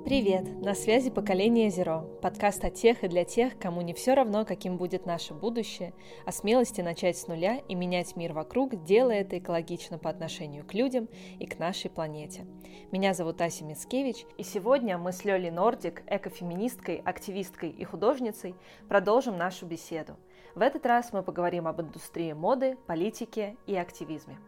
Привет! На связи «Поколение Zero», подкаст о тех и для тех, кому не все равно, каким будет наше будущее, о смелости начать с нуля и менять мир вокруг, делая это экологично по отношению к людям и к нашей планете. Меня зовут Ася Мицкевич, и сегодня мы с Лёлей Нордик, экофеминисткой, активисткой и художницей, продолжим нашу беседу. В этот раз мы поговорим об индустрии моды, политике и активизме.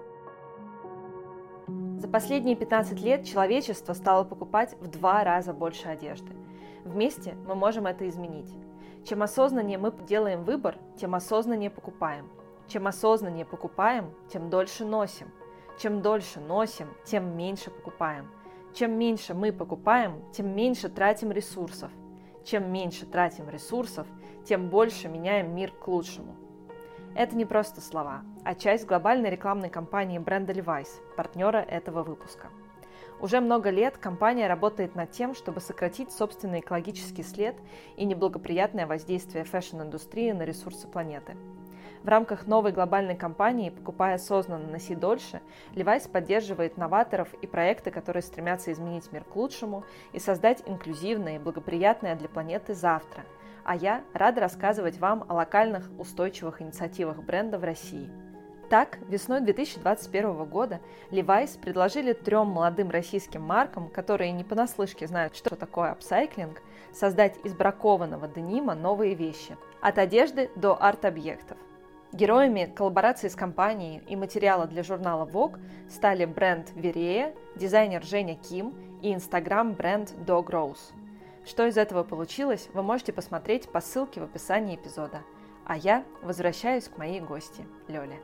За последние 15 лет человечество стало покупать в 2 раза больше одежды. Вместе мы можем это изменить. Чем осознаннее мы делаем выбор, тем осознаннее покупаем. Чем осознаннее покупаем, тем дольше носим. Чем дольше носим, тем меньше покупаем. Чем меньше мы покупаем, тем меньше тратим ресурсов. Чем меньше тратим ресурсов, тем больше меняем мир к лучшему. Это не просто слова, а часть глобальной рекламной кампании бренда Levi's, партнера этого выпуска. Уже много лет компания работает над тем, чтобы сократить собственный экологический след и неблагоприятное воздействие фэшн-индустрии на ресурсы планеты. В рамках новой глобальной кампании «Покупай осознанно, носи дольше» Levi's поддерживает новаторов и проекты, которые стремятся изменить мир к лучшему и создать инклюзивное и благоприятное для планеты завтра. А я рада рассказывать вам о локальных устойчивых инициативах бренда в России. Так, весной 2021 года Levi's предложили 3 молодым российским маркам, которые не понаслышке знают, что такое апсайклинг, создать из бракованного денима новые вещи, от одежды до арт-объектов. Героями коллаборации с компанией и материала для журнала Vogue стали бренд Верея, дизайнер Женя Ким и инстаграм-бренд Dog Rose. Что из этого получилось, вы можете посмотреть по ссылке в описании эпизода. А я возвращаюсь к моей гости, Лёле.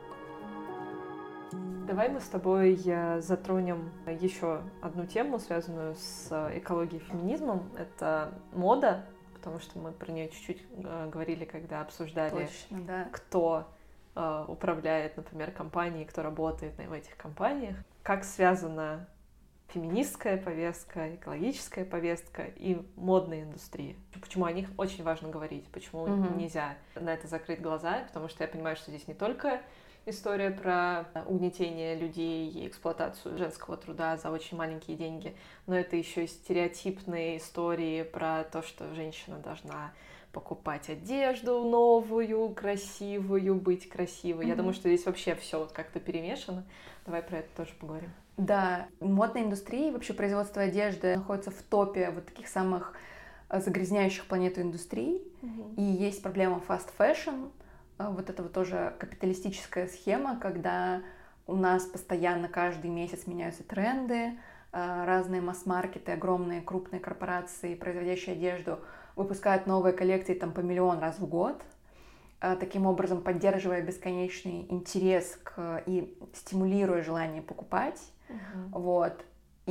Давай мы с тобой затронем еще одну тему, связанную с экологией и феминизмом. Это мода, потому что мы про нее чуть-чуть говорили, когда обсуждали, точно, да. Кто управляет, например, компанией, кто работает в этих компаниях. Как связана феминистская повестка, экологическая повестка и модная индустрия. Почему о них очень важно говорить, почему нельзя на это закрыть глаза, потому что я понимаю, что здесь не только история про угнетение людей и эксплуатацию женского труда за очень маленькие деньги, но это еще и стереотипные истории про то, что женщина должна покупать одежду новую, красивую, быть красивой. Я думаю, что здесь вообще все как-то перемешано. Давай про это тоже поговорим. Да, модная индустрия и вообще производство одежды находится в топе вот таких самых загрязняющих планету индустрий. И есть проблема fast fashion. Вот это вот тоже капиталистическая схема, когда у нас постоянно каждый месяц меняются тренды, разные масс-маркеты, огромные крупные корпорации, производящие одежду, выпускают новые коллекции там по 1 миллион раз в год, таким образом поддерживая бесконечный интерес и стимулируя желание покупать. Вот.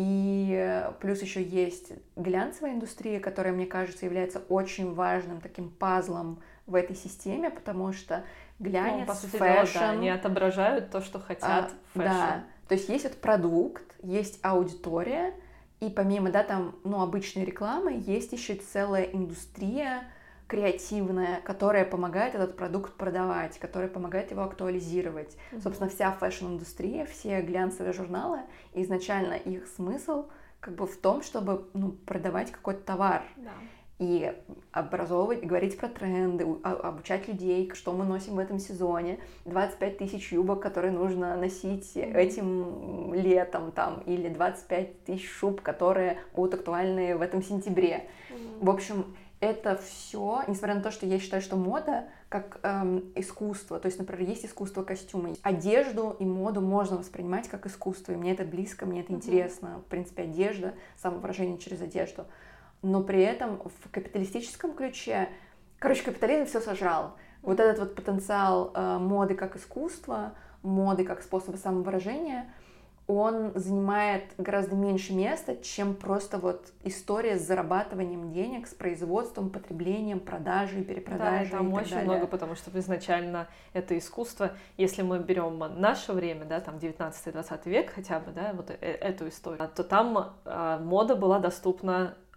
И плюс еще есть глянцевая индустрия, которая, мне кажется, является очень важным таким пазлом в этой системе, потому что глянец, по сути фэшн... дела, да, они отображают то, что хотят фэшн. Да, то есть есть вот продукт, есть аудитория, и помимо, да, там, обычной рекламы, есть еще целая индустрия креативная, которая помогает этот продукт продавать, которая помогает его актуализировать. Собственно, вся фэшн-индустрия, все глянцевые журналы, изначально их смысл как бы в том, чтобы продавать какой-то товар. Да. И образовывать, говорить про тренды, обучать людей, что мы носим в этом сезоне, 25 тысяч юбок, которые нужно носить этим летом, там, или 25 тысяч шуб, которые будут актуальны в этом сентябре. В общем, это все, несмотря на то, что я считаю, что мода как искусство, то есть, например, есть искусство костюма. Одежду и моду можно воспринимать как искусство, и мне это близко, мне это интересно. В принципе, одежда, самовыражение через одежду. Но при этом в капиталистическом ключе, капитализм все сожрал. Вот этот вот потенциал моды как искусства, моды как способа самовыражения, он занимает гораздо меньше места, чем просто вот история с зарабатыванием денег, с производством, потреблением, продажей, перепродажей. Да, там очень много, потому что изначально это искусство. Если мы берем наше время, да, там 19-20 век хотя бы, да, вот эту историю, то там мода была доступна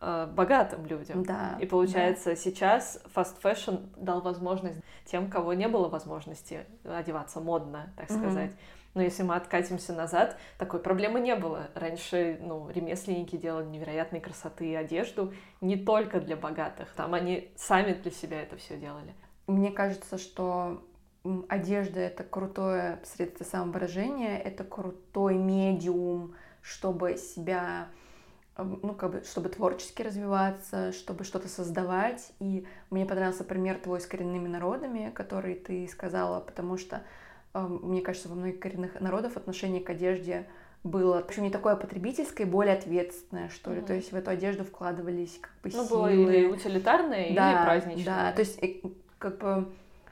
богатым людям. Да, и получается, сейчас fast fashion дал возможность тем, кого не было возможности одеваться модно, так сказать. Но если мы откатимся назад, такой проблемы не было. Раньше, ремесленники делали невероятной красоты одежду не только для богатых. Там они сами для себя это все делали. Мне кажется, что одежда — это крутое средство самовыражения, это крутой медиум, чтобы себя, чтобы творчески развиваться, чтобы что-то создавать. И мне понравился пример твой с коренными народами, который ты сказала, потому что мне кажется, во многих коренных народах отношение к одежде было, в общем, не такое потребительское, более ответственное, что ли. То есть в эту одежду вкладывались как бы силы. Было или утилитарное, или праздничное. Да, то есть как бы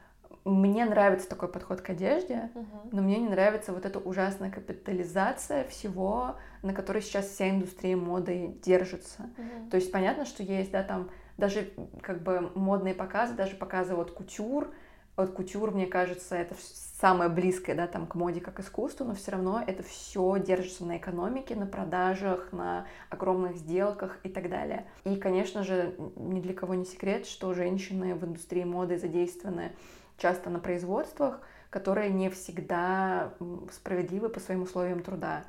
мне нравится такой подход к одежде, но мне не нравится вот эта ужасная капитализация всего, на которой сейчас вся индустрия моды держится. То есть понятно, что есть, да, там даже как бы модные показы, даже показы вот кутюр. Вот кутюр, мне кажется, это самое близкое, да, там, к моде как искусству, но все равно это все держится на экономике, на продажах, на огромных сделках и так далее. И, конечно же, ни для кого не секрет, что женщины в индустрии моды задействованы часто на производствах, которые не всегда справедливы по своим условиям труда.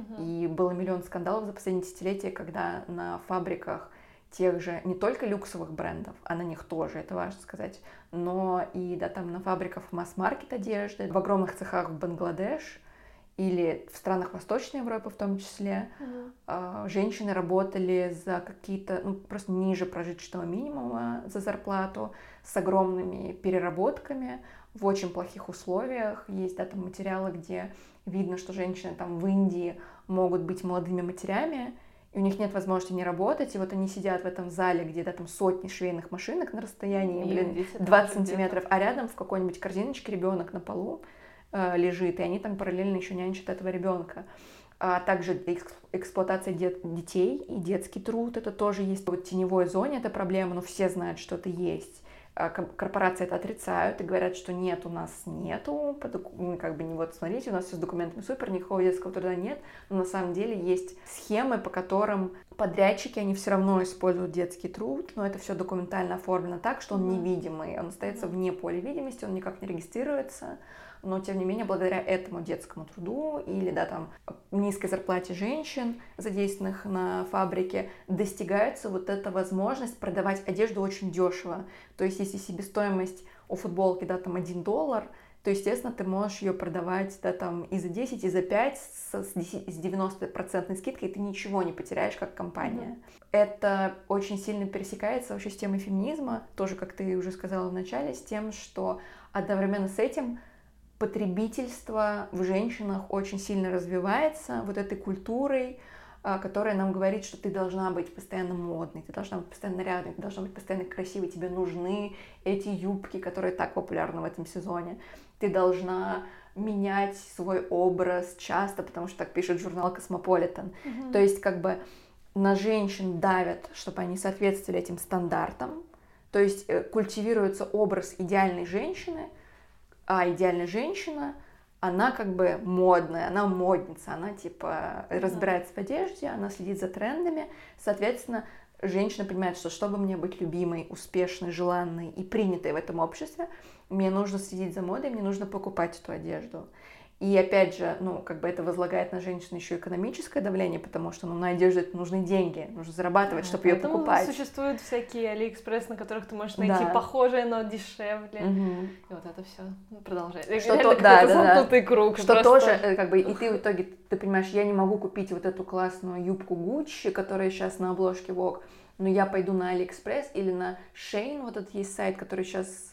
И было миллион скандалов за последние десятилетия, когда на фабриках тех же, не только люксовых брендов, а на них тоже, это важно сказать, но и, да, там на фабриках масс-маркет одежды, в огромных цехах в Бангладеш или в странах Восточной Европы в том числе, женщины работали за какие-то, просто ниже прожиточного минимума за зарплату, с огромными переработками, в очень плохих условиях. Есть, да, там материалы, где видно, что женщины там в Индии могут быть молодыми матерями, и у них нет возможности не работать, и вот они сидят в этом зале, где, да, там сотни швейных машинок на расстоянии, 20 сантиметров, а рядом в какой-нибудь корзиночке ребенок на полу лежит, и они там параллельно еще нянчат этого ребенка. А также эксплуатация детей и детский труд, это тоже есть. Вот в теневой зоне это проблема, но все знают, что это есть. Корпорации это отрицают и говорят, что нет, у нас нету, как бы не вот смотрите, у нас все с документами супер, никакого детского труда нет, но на самом деле есть схемы, по которым подрядчики, они все равно используют детский труд, но это все документально оформлено так, что он невидимый, он остается вне поля видимости, он никак не регистрируется, но тем не менее благодаря этому детскому труду или, да, там, низкой зарплате женщин, задействованных на фабрике, достигается вот эта возможность продавать одежду очень дешево. То есть если себестоимость у футболки, да, там $1, то, естественно, ты можешь ее продавать, да, там, и за 10, и за 5 с 90% скидкой, и ты ничего не потеряешь как компания. Это очень сильно пересекается вообще с темой феминизма, тоже, как ты уже сказала в начале, с тем, что одновременно с этим потребительство в женщинах очень сильно развивается вот этой культурой, которая нам говорит, что ты должна быть постоянно модной, ты должна быть постоянно нарядной, ты должна быть постоянно красивой, тебе нужны эти юбки, которые так популярны в этом сезоне, ты должна менять свой образ часто, потому что так пишет журнал Cosmopolitan. То есть как бы на женщин давят, чтобы они соответствовали этим стандартам, то есть культивируется образ идеальной женщины, а идеальная женщина, она как бы модная, она модница, она типа разбирается в одежде, она следит за трендами, соответственно, женщина понимает, что чтобы мне быть любимой, успешной, желанной и принятой в этом обществе, мне нужно следить за модой, мне нужно покупать эту одежду. И опять же, как бы это возлагает на женщин еще экономическое давление, потому что на одежду это нужны деньги, нужно зарабатывать, чтобы ее покупать. Существуют всякие Алиэкспресс, на которых ты можешь найти похожее, но дешевле. И вот это все продолжается. Это замкнутый круг. Что тоже, как бы, и ты в итоге, ты понимаешь, я не могу купить вот эту классную юбку Gucci, которая сейчас на обложке Vogue, но я пойду на Алиэкспресс или на Shein, вот этот есть сайт, который сейчас...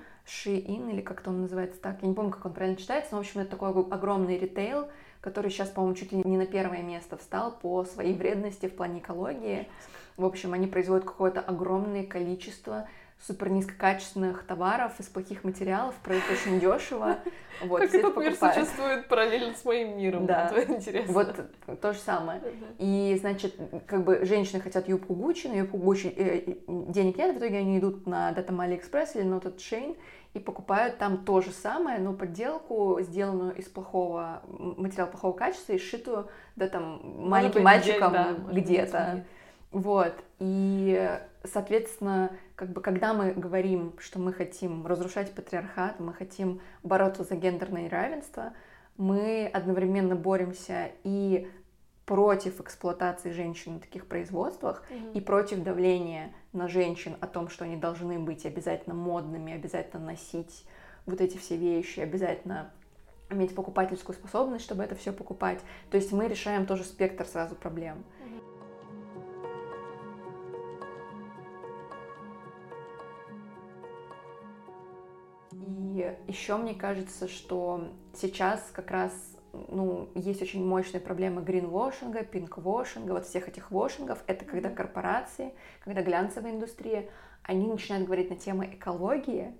Shein, или как-то он называется так, я не помню, как он правильно читается, но, в общем, это такой огромный ритейл, который сейчас, по-моему, чуть ли не на первое место встал по своей вредности в плане экологии. В общем, они производят какое-то огромное количество супер низкокачественных товаров из плохих материалов, продают очень дешево. Вот, как этот мир существует параллельно с моим миром, да. Это интересно. Вот то же самое. И, значит, как бы женщины хотят юбку Gucci, на юбку Gucci денег нет, в итоге они идут на там Алиэкспресс или на этот Shein и покупают там то же самое, но подделку, сделанную из плохого материала плохого качества и сшитую, да, там, маленьким мальчиком где-то. Вот, и, соответственно, как бы, когда мы говорим, что мы хотим разрушать патриархат, мы хотим бороться за гендерное равенство, мы одновременно боремся и против эксплуатации женщин на таких производствах, и против давления на женщин о том, что они должны быть обязательно модными, обязательно носить вот эти все вещи, обязательно иметь покупательскую способность, чтобы это все покупать. То есть мы решаем тоже спектр сразу проблем. И еще мне кажется, что сейчас как раз есть очень мощная проблема гринвошинга, пинквошинга, вот всех этих вошингов. Это когда корпорации, когда глянцевая индустрия, они начинают говорить на тему экологии,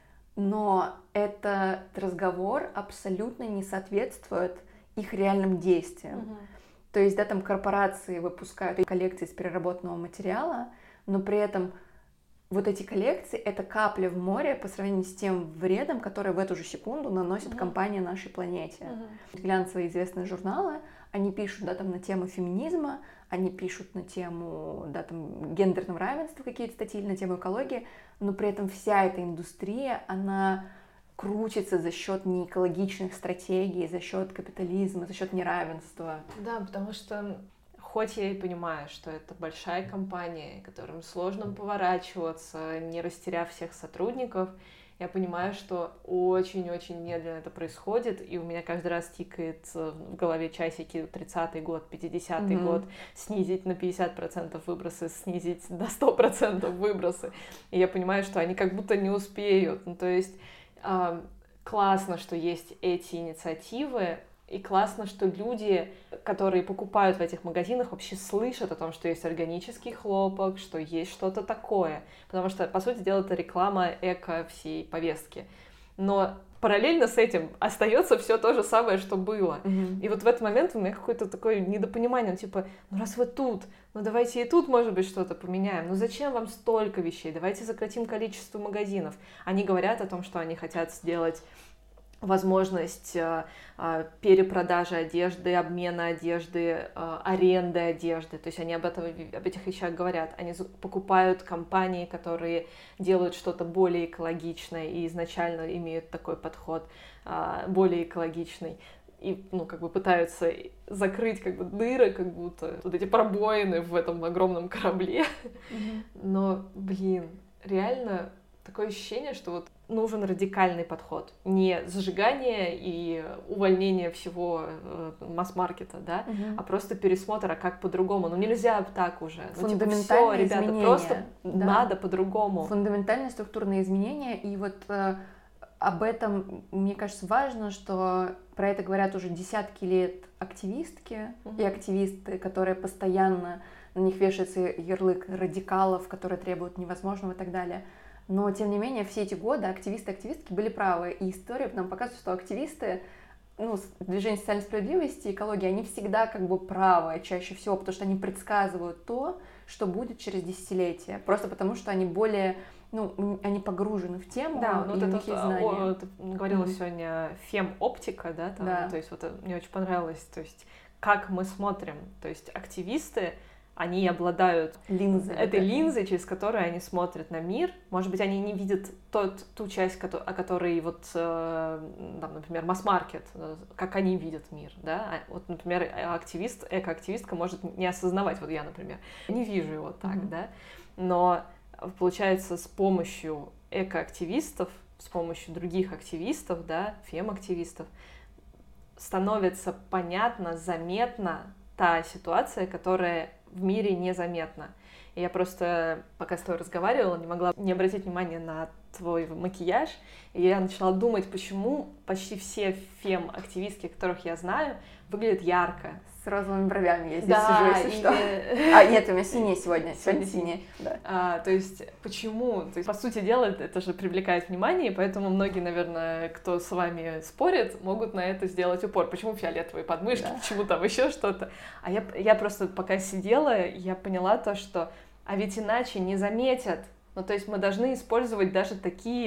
но этот разговор абсолютно не соответствует их реальным действиям. То есть, да, там корпорации выпускают коллекции из переработанного материала, но при этом вот эти коллекции — это капля в море по сравнению с тем вредом, который в эту же секунду наносит компания нашей планете. Глянцевые известные журналы, они пишут, да, там, на тему феминизма, они пишут на тему, да, там, гендерного равенства какие-то статьи, на тему экологии, но при этом вся эта индустрия, она крутится за счет неэкологичных стратегий, за счет капитализма, за счет неравенства. Да, потому что хоть я и понимаю, что это большая компания, которым сложно поворачиваться, не растеряв всех сотрудников, я понимаю, что очень-очень медленно это происходит, и у меня каждый раз тикает в голове часики 30-й год, 50-й год, снизить на 50% выбросы, снизить до 100% выбросы. И я понимаю, что они как будто не успеют. Ну, то есть классно, что есть эти инициативы, и классно, что люди, которые покупают в этих магазинах, вообще слышат о том, что есть органический хлопок, что есть что-то такое. Потому что, по сути дела, это реклама эко всей повестки. Но параллельно с этим остается все то же самое, что было. И вот в этот момент у меня какое-то такое недопонимание, типа, ну раз вы тут, ну давайте и тут, может быть, что-то поменяем. Ну зачем вам столько вещей? Давайте сократим количество магазинов. Они говорят о том, что они хотят сделать возможность перепродажи одежды, обмена одежды, аренды одежды. То есть они об этих вещах говорят. Они покупают компании, которые делают что-то более экологичное и изначально имеют такой подход более экологичный. И, как бы пытаются закрыть как бы дыры, как будто вот эти пробоины в этом огромном корабле. Но, реально такое ощущение, что вот нужен радикальный подход. Не зажигание и увольнение всего масс-маркета, да, а просто пересмотр, а как по-другому. Ну нельзя так уже. Фундаментальные ребята, изменения. Просто надо по-другому. Фундаментальные структурные изменения. И вот об этом, мне кажется, важно, что про это говорят уже десятки лет активистки и активисты, которые постоянно, на них вешается ярлык радикалов, которые требуют невозможного и так далее. Но, тем не менее, все эти годы активисты и активистки были правы. И история нам показывает, что активисты, движения социальной справедливости, экологии, они всегда как бы правы чаще всего, потому что они предсказывают то, что будет через десятилетия. Просто потому, что они более, они погружены в тему, да, и у них есть знания. Ты говорила сегодня фем-оптика, да, там, да. То есть вот мне очень понравилось, то есть как мы смотрим, то есть активисты, они обладают этой линзой, через которую они смотрят на мир. Может быть, они не видят ту часть, о которой вот, там, например, масс-маркет, как они видят мир, да. Вот, например, экоактивистка может не осознавать, вот я, например, не вижу его так, да. Но получается, с помощью экоактивистов, с помощью других активистов, да, фем-активистов, становится понятно, заметна та ситуация, которая в мире незаметно. И я просто, пока с тобой разговаривала, не могла не обратить внимания на твой макияж, и я начала думать, почему почти все фем-активистки, которых я знаю, выглядят ярко. С розовыми бровями я здесь сижу, если что. Нет, у меня синие сегодня синие. Да. То есть, почему? То есть, по сути дела, это же привлекает внимание, и поэтому многие, наверное, кто с вами спорит, могут на это сделать упор. Почему фиолетовые подмышки, почему там еще что-то? А я просто пока сидела, я поняла то, что а ведь иначе не заметят. Ну, то есть мы должны использовать даже такие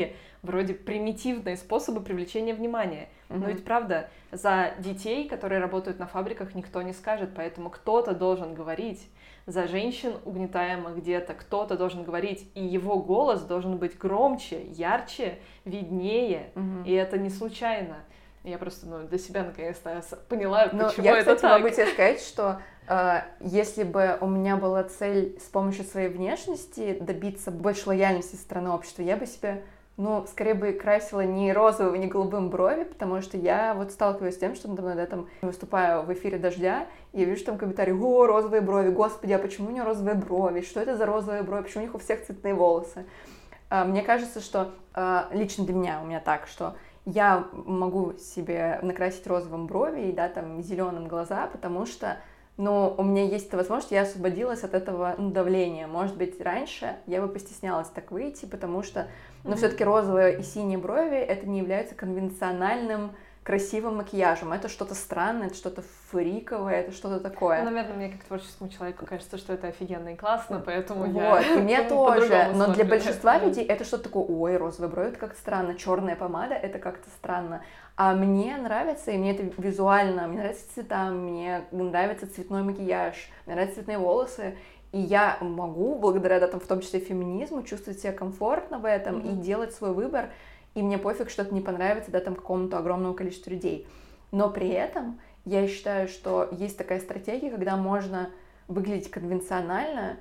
вроде примитивные способы привлечения внимания. Но ведь правда, за детей, которые работают на фабриках, никто не скажет, поэтому кто-то должен говорить. За женщин, угнетаемых где-то, кто-то должен говорить, и его голос должен быть громче, ярче, виднее, и это не случайно. Я просто для себя наконец-то поняла, почему я, это кстати, так. могу тебе сказать, что если бы у меня была цель с помощью своей внешности добиться больше лояльности со стороны общества, я бы себе, скорее бы красила не розовым, не голубым брови, потому что я вот сталкиваюсь с тем, что надо мной, там, выступаю в эфире «Дождя», и я вижу там комментарии: «О, розовые брови, господи, а почему у нее розовые брови? Что это за розовые брови? Почему у них у всех цветные волосы?» Мне кажется, что лично для меня, у меня так, что я могу себе накрасить розовым брови и, да, там, зеленым глаза, потому что, у меня есть эта возможность, я освободилась от этого давления. Может быть, раньше я бы постеснялась так выйти, потому что, все-таки розовые и синие брови — это не является конвенциональным красивым макияжем. Это что-то странное, это что-то фриковое, это что-то такое. Наверное, мне как творческому человеку кажется, что это офигенно и классно, поэтому и мне тоже. Но для большинства людей это что-то такое: ой, розовые брови — это как-то странно, черная помада — это как-то странно. А мне нравится, и мне это визуально, мне нравятся цвета, мне нравится цветной макияж, мне нравятся цветные волосы, и я могу, благодаря, да, там, в том числе феминизму, чувствовать себя комфортно в этом и делать свой выбор, и мне пофиг, что это не понравится, да, там, какому-то огромному количеству людей. Но при этом я считаю, что есть такая стратегия, когда можно выглядеть конвенционально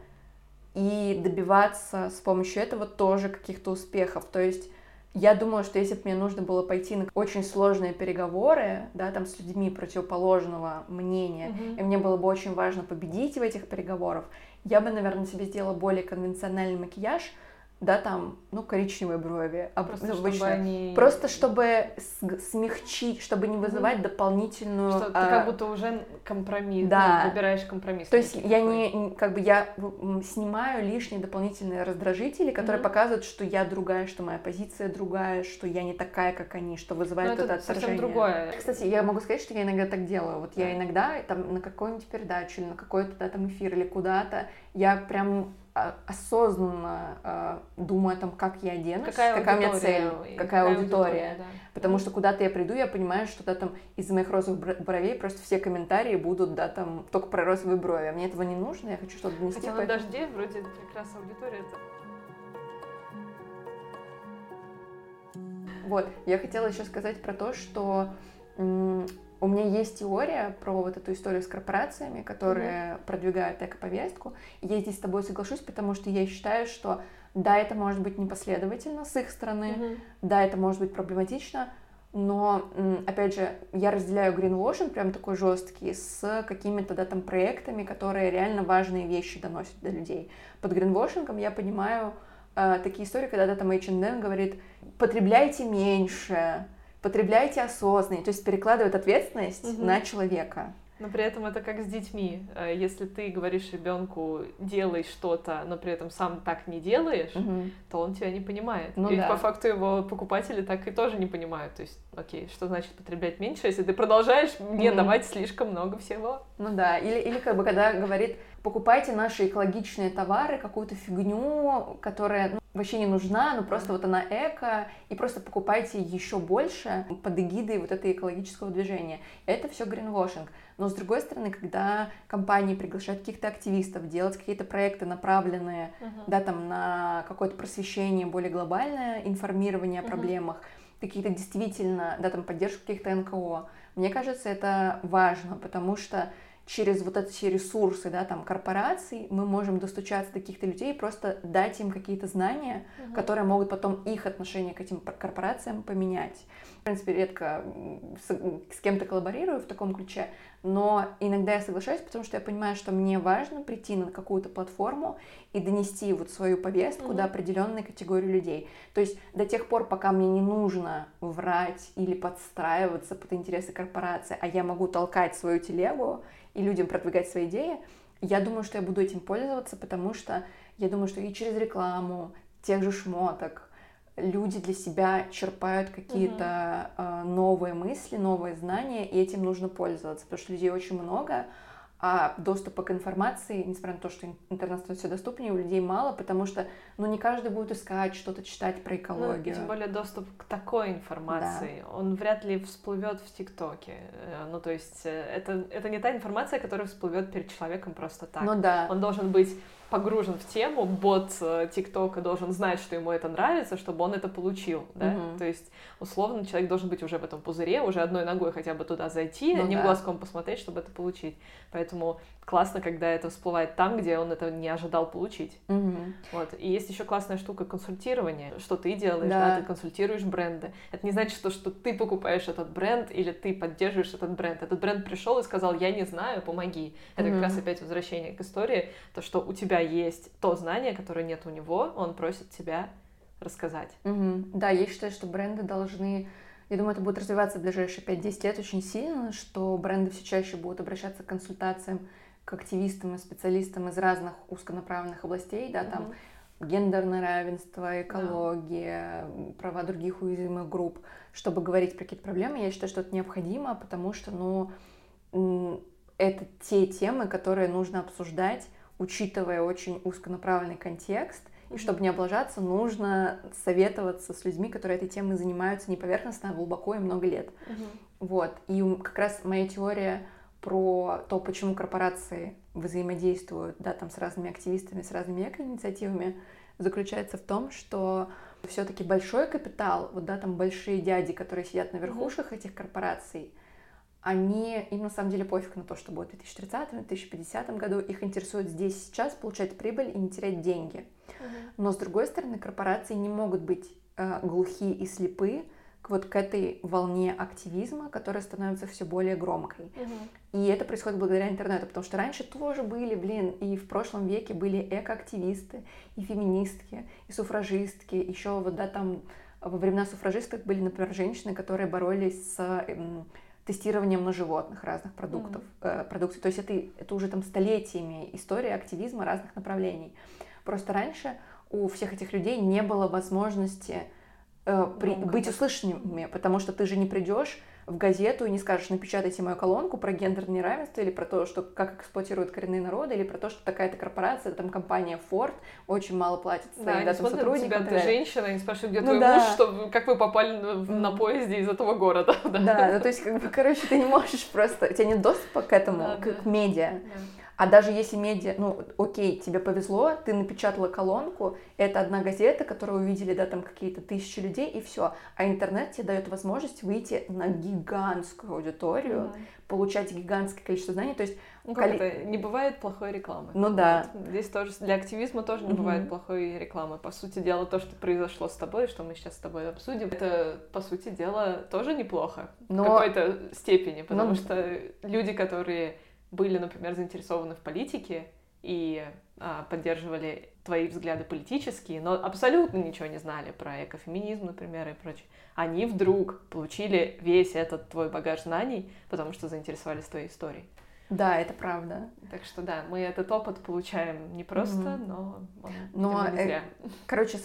и добиваться с помощью этого тоже каких-то успехов. То есть я думаю, что если бы мне нужно было пойти на очень сложные переговоры, да, там, с людьми противоположного мнения, и мне было бы очень важно победить в этих переговорах, я бы, наверное, себе сделала более конвенциональный макияж, да, там, коричневые брови, просто обычно, просто чтобы смягчить, чтобы не вызывать дополнительную... Что ты как будто уже компромисс, да. Выбираешь компромисс. То есть я я снимаю лишние дополнительные раздражители, которые показывают, что я другая, что моя позиция другая, что я не такая, как они, что вызывает это отторжение. Совсем другое. Кстати, я могу сказать, что я иногда так делаю. Вот я иногда там на какую-нибудь передачу или на какой-то, да, там, эфир или куда-то, я прям осознанно думаю о том, как я оденусь, какая у меня цель, какая аудитория. Да. Потому что куда-то я приду, я понимаю, что, да, там, из-за моих розовых бровей просто все комментарии будут, да, там, только про розовые брови. А мне этого не нужно, я хочу что-то донести. Хотя на «Дожде» вроде как раз аудитория. Вот, я хотела еще сказать про то, что у меня есть теория про вот эту историю с корпорациями, которые продвигают эко-повестку. Я здесь с тобой соглашусь, потому что я считаю, что да, это может быть непоследовательно с их стороны, да, это может быть проблематично, но, опять же, я разделяю greenwashing прям такой жесткий с какими-то, да, там, проектами, которые реально важные вещи доносят до людей. Под greenwashing я понимаю такие истории, когда, да, там, H&M говорит: потребляйте меньше, потребляйте осознаннее, то есть перекладывает ответственность на человека. Но при этом это как с детьми. Если ты говоришь ребенку: делай что-то, но при этом сам так не делаешь, то он тебя не понимает. И по факту его покупатели так и тоже не понимают. То есть, окей, что значит потреблять меньше, если ты продолжаешь мне давать слишком много всего? Или как бы когда говорит: покупайте наши экологичные товары, какую-то фигню, которая вообще не нужна, но просто вот она эко, и просто покупайте еще больше под эгидой вот этого экологического движения. Это все greenwashing. Но с другой стороны, когда компании приглашают каких-то активистов делать какие-то проекты, направленные, да, там, на какое-то просвещение более глобальное, информирование о проблемах, какие-то действительно, да, там, поддержку каких-то НКО, мне кажется, это важно, потому что через вот эти ресурсы, да, там, корпораций мы можем достучаться до каких-то людей и просто дать им какие-то знания, которые могут потом их отношение к этим корпорациям поменять. В принципе, редко с кем-то коллаборирую в таком ключе, но иногда я соглашаюсь, потому что я понимаю, что мне важно прийти на какую-то платформу и донести вот свою повестку до определенной категории людей. То есть до тех пор, пока мне не нужно врать или подстраиваться под интересы корпорации, а я могу толкать свою телегу и людям продвигать свои идеи, я думаю, что я буду этим пользоваться, потому что я думаю, что и через рекламу тех же шмоток люди для себя черпают какие-то новые мысли, новые знания, и этим нужно пользоваться, потому что людей очень много, а доступа к информации, несмотря на то, что интернет становится все доступнее, у людей мало, потому что, не каждый будет искать, что-то читать про экологию. Тем более доступ к такой информации, да. Он вряд ли всплывет в ТикТоке. То есть это не та информация, которая всплывет перед человеком просто так. Да. Он должен быть погружен в тему, бот ТикТока должен знать, что ему это нравится, чтобы он это получил, да? То есть, условно, человек должен быть уже в этом пузыре, уже одной ногой хотя бы туда зайти, одним глазком посмотреть, чтобы это получить. Поэтому классно, когда это всплывает там, где он это не ожидал получить. Вот. И есть еще классная штука консультирования, что ты делаешь, да, ты консультируешь бренды. Это не значит, что ты покупаешь этот бренд или ты поддерживаешь этот бренд. Этот бренд пришел и сказал: я не знаю, помоги. Это как раз опять возвращение к истории, то, что у тебя есть то знание, которое нет у него, он просит тебя рассказать. Да, я считаю, что бренды должны... Я думаю, это будет развиваться в ближайшие 5-10 лет очень сильно, что бренды все чаще будут обращаться к консультациям, к активистам и специалистам из разных узконаправленных областей, да, там гендерное равенство, экология, права других уязвимых групп, чтобы говорить про какие-то проблемы. Я считаю, что это необходимо, потому что, это те темы, которые нужно обсуждать, учитывая очень узконаправленный контекст. И чтобы не облажаться, нужно советоваться с людьми, которые этой темой занимаются не поверхностно, а глубоко и много лет. Вот. И как раз моя теория про то, почему корпорации взаимодействуют, да, там, с разными активистами, с разными эко-инициативами, заключается в том, что все-таки большой капитал, вот, да, там большие дяди, которые сидят на верхушках этих корпораций, им на самом деле пофиг на то, что будет в 2030-2050 году, их интересует здесь сейчас получать прибыль и не терять деньги. Но с другой стороны, корпорации не могут быть глухи и слепы к этой волне активизма, которая становится все более громкой. И это происходит благодаря интернету, потому что раньше тоже были, и в прошлом веке были экоактивисты, и феминистки, и суфражистки, еще там во времена суфражисток были, например, женщины, которые боролись с тестированием на животных разных продуктов, продукции. То есть это уже там столетиями история активизма разных направлений. Просто раньше у всех этих людей не было возможности быть услышанными, потому что ты же не придешь в газету и не скажешь: напечатайте мою колонку про гендерное неравенство или про то, что как эксплуатируют коренные народы, или про то, что такая-то корпорация, там компания Ford очень мало платит своим сотрудникам. Ты женщина, и спрашивают, где твой муж, как вы попали на поезде из этого города. Да, то есть, короче, ты не можешь просто, у тебя нет доступа к этому, к медиа. А даже если медиа, окей, тебе повезло, ты напечатала колонку, это одна газета, которую увидели, да, там какие-то тысячи людей, и все. А интернет тебе дает возможность выйти на гигантскую аудиторию, получать гигантское количество знаний. То есть не бывает плохой рекламы. Да. Вот. Здесь тоже для активизма тоже не бывает плохой рекламы. По сути дела, то, что произошло с тобой, что мы сейчас с тобой обсудим, это, по сути дела, тоже неплохо в какой-то степени, потому что люди, которые были, например, заинтересованы в политике и поддерживали твои взгляды политические, но абсолютно ничего не знали про экофеминизм, например, и прочее, они вдруг получили весь этот твой багаж знаний, потому что заинтересовались твоей историей. Да, это правда. Так что да, мы этот опыт получаем не просто, но не зря. Короче,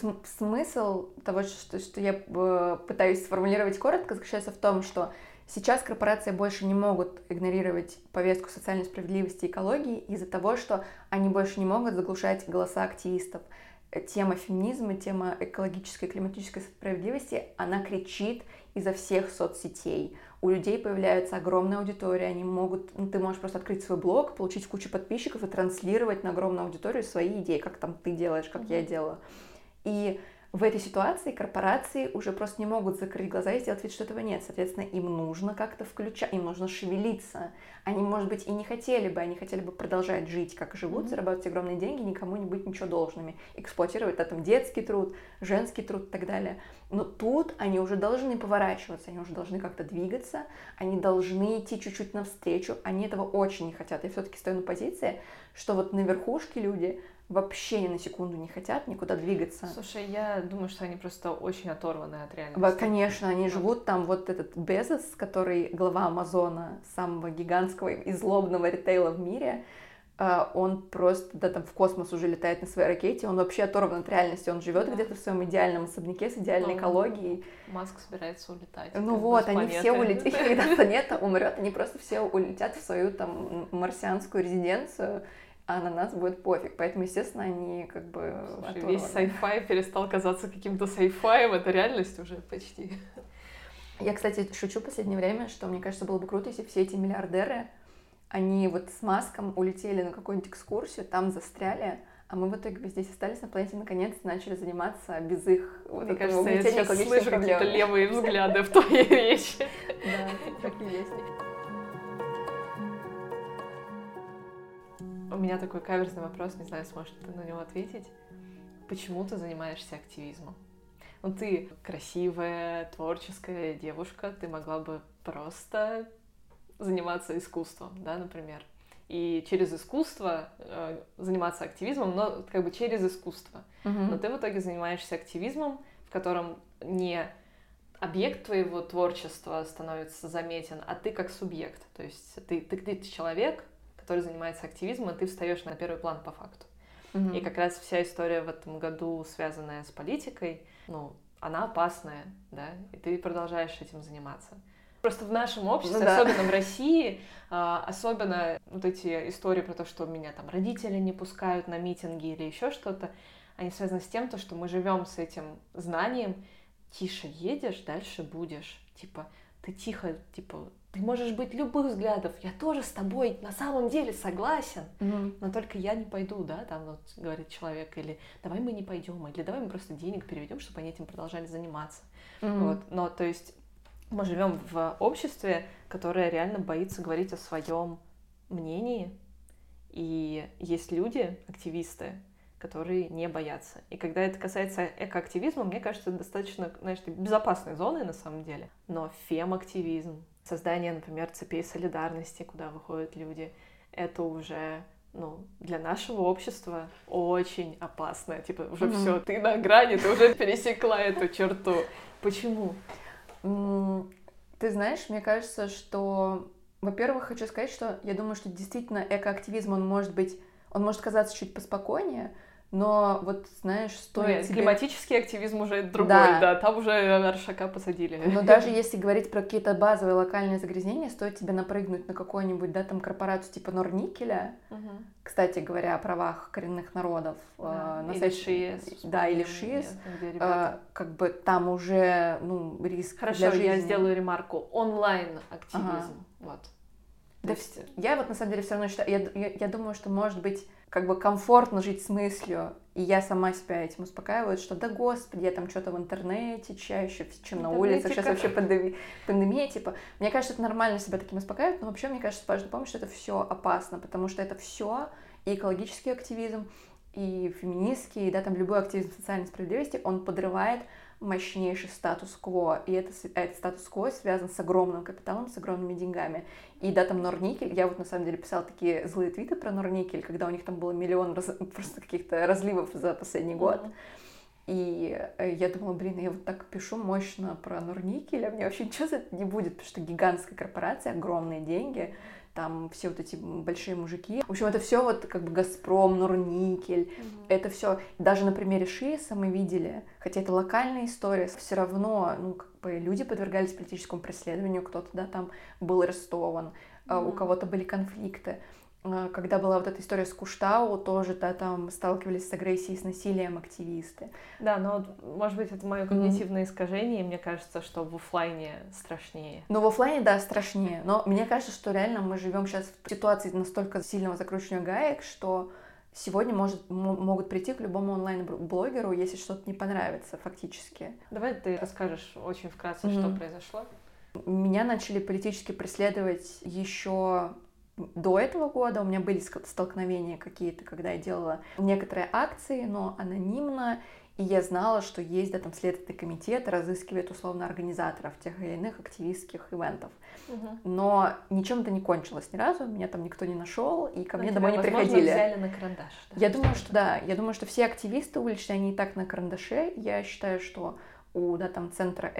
смысл того, что я пытаюсь сформулировать коротко, заключается в том, что сейчас корпорации больше не могут игнорировать повестку социальной справедливости и экологии из-за того, что они больше не могут заглушать голоса активистов. Тема феминизма, тема экологической и климатической справедливости, она кричит изо всех соцсетей. У людей появляется огромная аудитория, они могут, ты можешь просто открыть свой блог, получить кучу подписчиков и транслировать на огромную аудиторию свои идеи, как там ты делаешь, как я делаю. И в этой ситуации корпорации уже просто не могут закрыть глаза и сделать вид, что этого нет. Соответственно, им нужно как-то включать, им нужно шевелиться. Они, может быть, и не хотели бы, они хотели бы продолжать жить, как живут, зарабатывать огромные деньги, никому не быть ничего должными, эксплуатировать там детский труд, женский труд и так далее. Но тут они уже должны поворачиваться, они уже должны как-то двигаться, они должны идти чуть-чуть навстречу, они этого очень не хотят. Я все-таки стою на позиции, что вот на верхушке люди вообще ни на секунду не хотят никуда двигаться. Слушай, я думаю, что они просто очень оторваны от реальности. Конечно, они живут там, вот этот Безос, который глава Амазона, самого гигантского и злобного ритейла в мире, он просто, да, там в космос уже летает на своей ракете, он вообще оторван от реальности, он живет где-то в своем идеальном особняке с идеальной экологией. Маск собирается улетать. Ну вот, они все улетят, когда планета умрет, они просто все улетят в свою там марсианскую резиденцию, а на нас будет пофиг. Поэтому, естественно, они как бы оторваны. Весь sci-fi перестал казаться каким-то sci-fi, это реальность уже почти. Я, кстати, шучу в последнее время, что мне кажется, было бы круто, если все эти миллиардеры, они вот с Маском улетели на какую-нибудь экскурсию, там застряли, а мы в итоге бы здесь остались на планете, наконец-то начали заниматься без их вот мне этого кажется, я сейчас слышу какие-то проблем. левые взгляды в твоей речи. Да, так и есть. У меня такой каверзный вопрос, не знаю, сможешь ты на него ответить. Почему ты занимаешься активизмом? Ну, ты красивая, творческая девушка, ты могла бы просто заниматься искусством, да, например. И через искусство заниматься активизмом, но как бы через искусство. Но ты в итоге занимаешься активизмом, в котором не объект твоего творчества становится заметен, а ты как субъект. То есть ты человек, который занимается активизмом, и ты встаешь на первый план по факту. И как раз вся история в этом году, связанная с политикой, ну, она опасная, да, и ты продолжаешь этим заниматься. Просто в нашем обществе, особенно в России, особенно вот эти истории про то, что меня там родители не пускают на митинги или еще что-то, они связаны с тем, что мы живем с этим знанием: тише едешь, дальше будешь. Типа, ты тихо, типа, ты можешь быть любых взглядов, я тоже с тобой на самом деле согласен, но только я не пойду, да, там вот говорит человек, или давай мы не пойдем, или давай мы просто денег переведем, чтобы они этим продолжали заниматься. Вот. Но, то есть, мы живем в обществе, которое реально боится говорить о своем мнении, и есть люди, активисты, которые не боятся. И когда это касается экоактивизма, мне кажется, это достаточно, знаешь, безопасной зоны на самом деле. Но фем-активизм, создание, например, цепей солидарности, куда выходят люди, это уже, ну, для нашего общества очень опасно. Типа, уже все, ты на грани, ты уже пересекла эту черту. Почему? Ты знаешь, мне кажется, что, во-первых, хочу сказать, что я думаю, что действительно экоактивизм, он может казаться чуть поспокойнее, но вот, знаешь, стоит тебе... Климатический активизм уже другой, да, там уже аршака посадили. Но даже если говорить про какие-то базовые локальные загрязнения, стоит тебе напрыгнуть на какую-нибудь, да, там, корпорацию типа Норникеля, кстати говоря, о правах коренных народов. Или ШИЭС. Да, или ШИЭС. Как бы там уже, ну, риск Хорошо, для жизни. я сделаю ремарку. Онлайн-активизм. Вот. Да, я вот на самом деле все равно считаю, я думаю, что может быть как бы комфортно жить с мыслью, и я сама себя этим успокаиваю, что да господи, я там что-то в интернете чаще, чем на улице, сейчас вообще пандемия, типа, мне кажется, это нормально себя таким успокаивать, но вообще, мне кажется, важно помнить, что это все опасно, потому что это все и экологический активизм, и феминистский, да, там любой активизм социальной справедливости, он подрывает мощнейший статус-кво, и этот статус-кво связан с огромным капиталом, с огромными деньгами. И да, там Норникель, я вот на самом деле писала такие злые твиты про Норникель, когда у них там было миллион просто каких-то разливов за последний год. И я думала, блин, я вот так пишу мощно про Норникель, а мне вообще ничего за это не будет, потому что гигантская корпорация, огромные деньги, там все вот эти большие мужики. В общем, это все вот как бы Газпром, Норникель, это все даже на примере ШИЭСа мы видели, хотя это локальная история, все равно, ну, как бы люди подвергались политическому преследованию, кто-то, да, там был арестован, у кого-то были конфликты. Когда была вот эта история с Куштау, тоже, да, там сталкивались с агрессией, с насилием активисты. Да, но, может быть, это мое когнитивное искажение, и мне кажется, что в офлайне страшнее. Ну, в офлайне, да, страшнее, но мне кажется, что реально мы живем сейчас в ситуации настолько сильного закручивания гаек, что сегодня могут прийти к любому онлайн-блогеру, если что-то не понравится, фактически. Давай ты расскажешь очень вкратце, что произошло. Меня начали политически преследовать еще до этого года. У меня были столкновения какие-то, когда я делала некоторые акции, но анонимно, и я знала, что есть, да, там Следственный комитет разыскивает условно организаторов тех или иных активистских ивентов. Но ничем это не кончилось ни разу, меня там никто не нашел, и ко мне домой не приходили. Взяли на карандаш. Да? Я думаю, что да, я думаю, что все активисты уличные, они и так на карандаше. Я считаю, что да, там Центра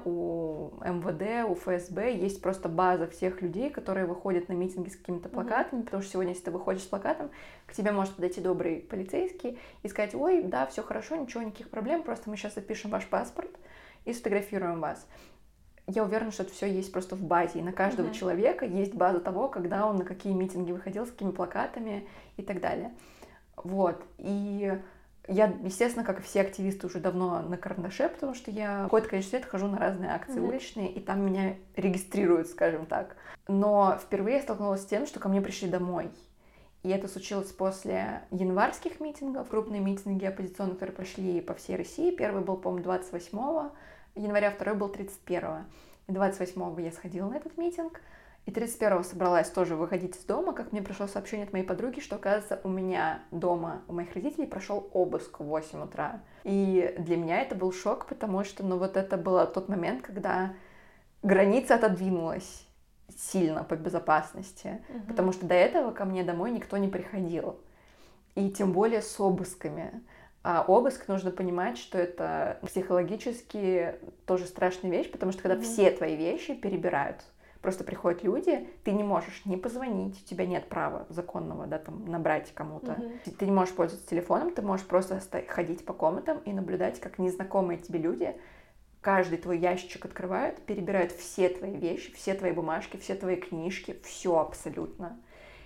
у МВД, у ФСБ есть просто база всех людей, которые выходят на митинги с какими-то плакатами, потому что сегодня, если ты выходишь с плакатом, к тебе может подойти добрый полицейский и сказать: ой, да, все хорошо, ничего, никаких проблем, просто мы сейчас запишем ваш паспорт и сфотографируем вас. Я уверена, что это все есть просто в базе, и на каждого человека есть база того, когда он на какие митинги выходил, с какими плакатами и так далее. Вот, и я, естественно, как и все активисты, уже давно на карандаше, потому что я какое-то количество лет хожу на разные акции уличные, и там меня регистрируют, скажем так. Но впервые я столкнулась с тем, что ко мне пришли домой. И это случилось после январских митингов, крупные митинги оппозиционные, которые прошли по всей России. Первый был, по-моему, 28 января, второй был 31-го. И 28-го я сходила на этот митинг. И 31-го собралась тоже выходить из дома, как мне пришло сообщение от моей подруги, что, оказывается, у меня дома, у моих родителей прошел обыск в 8 утра. И для меня это был шок, потому что, вот это был тот момент, когда граница отодвинулась сильно по безопасности, потому что до этого ко мне домой никто не приходил. И тем более с обысками. А обыск, нужно понимать, что это психологически тоже страшная вещь, потому что когда все твои вещи перебирают, просто приходят люди, ты не можешь не позвонить, у тебя нет права законного, да, там, набрать кому-то. Ты не можешь пользоваться телефоном, ты можешь просто ходить по комнатам и наблюдать, как незнакомые тебе люди каждый твой ящичек открывают, перебирают все твои вещи, все твои бумажки, все твои книжки, все абсолютно.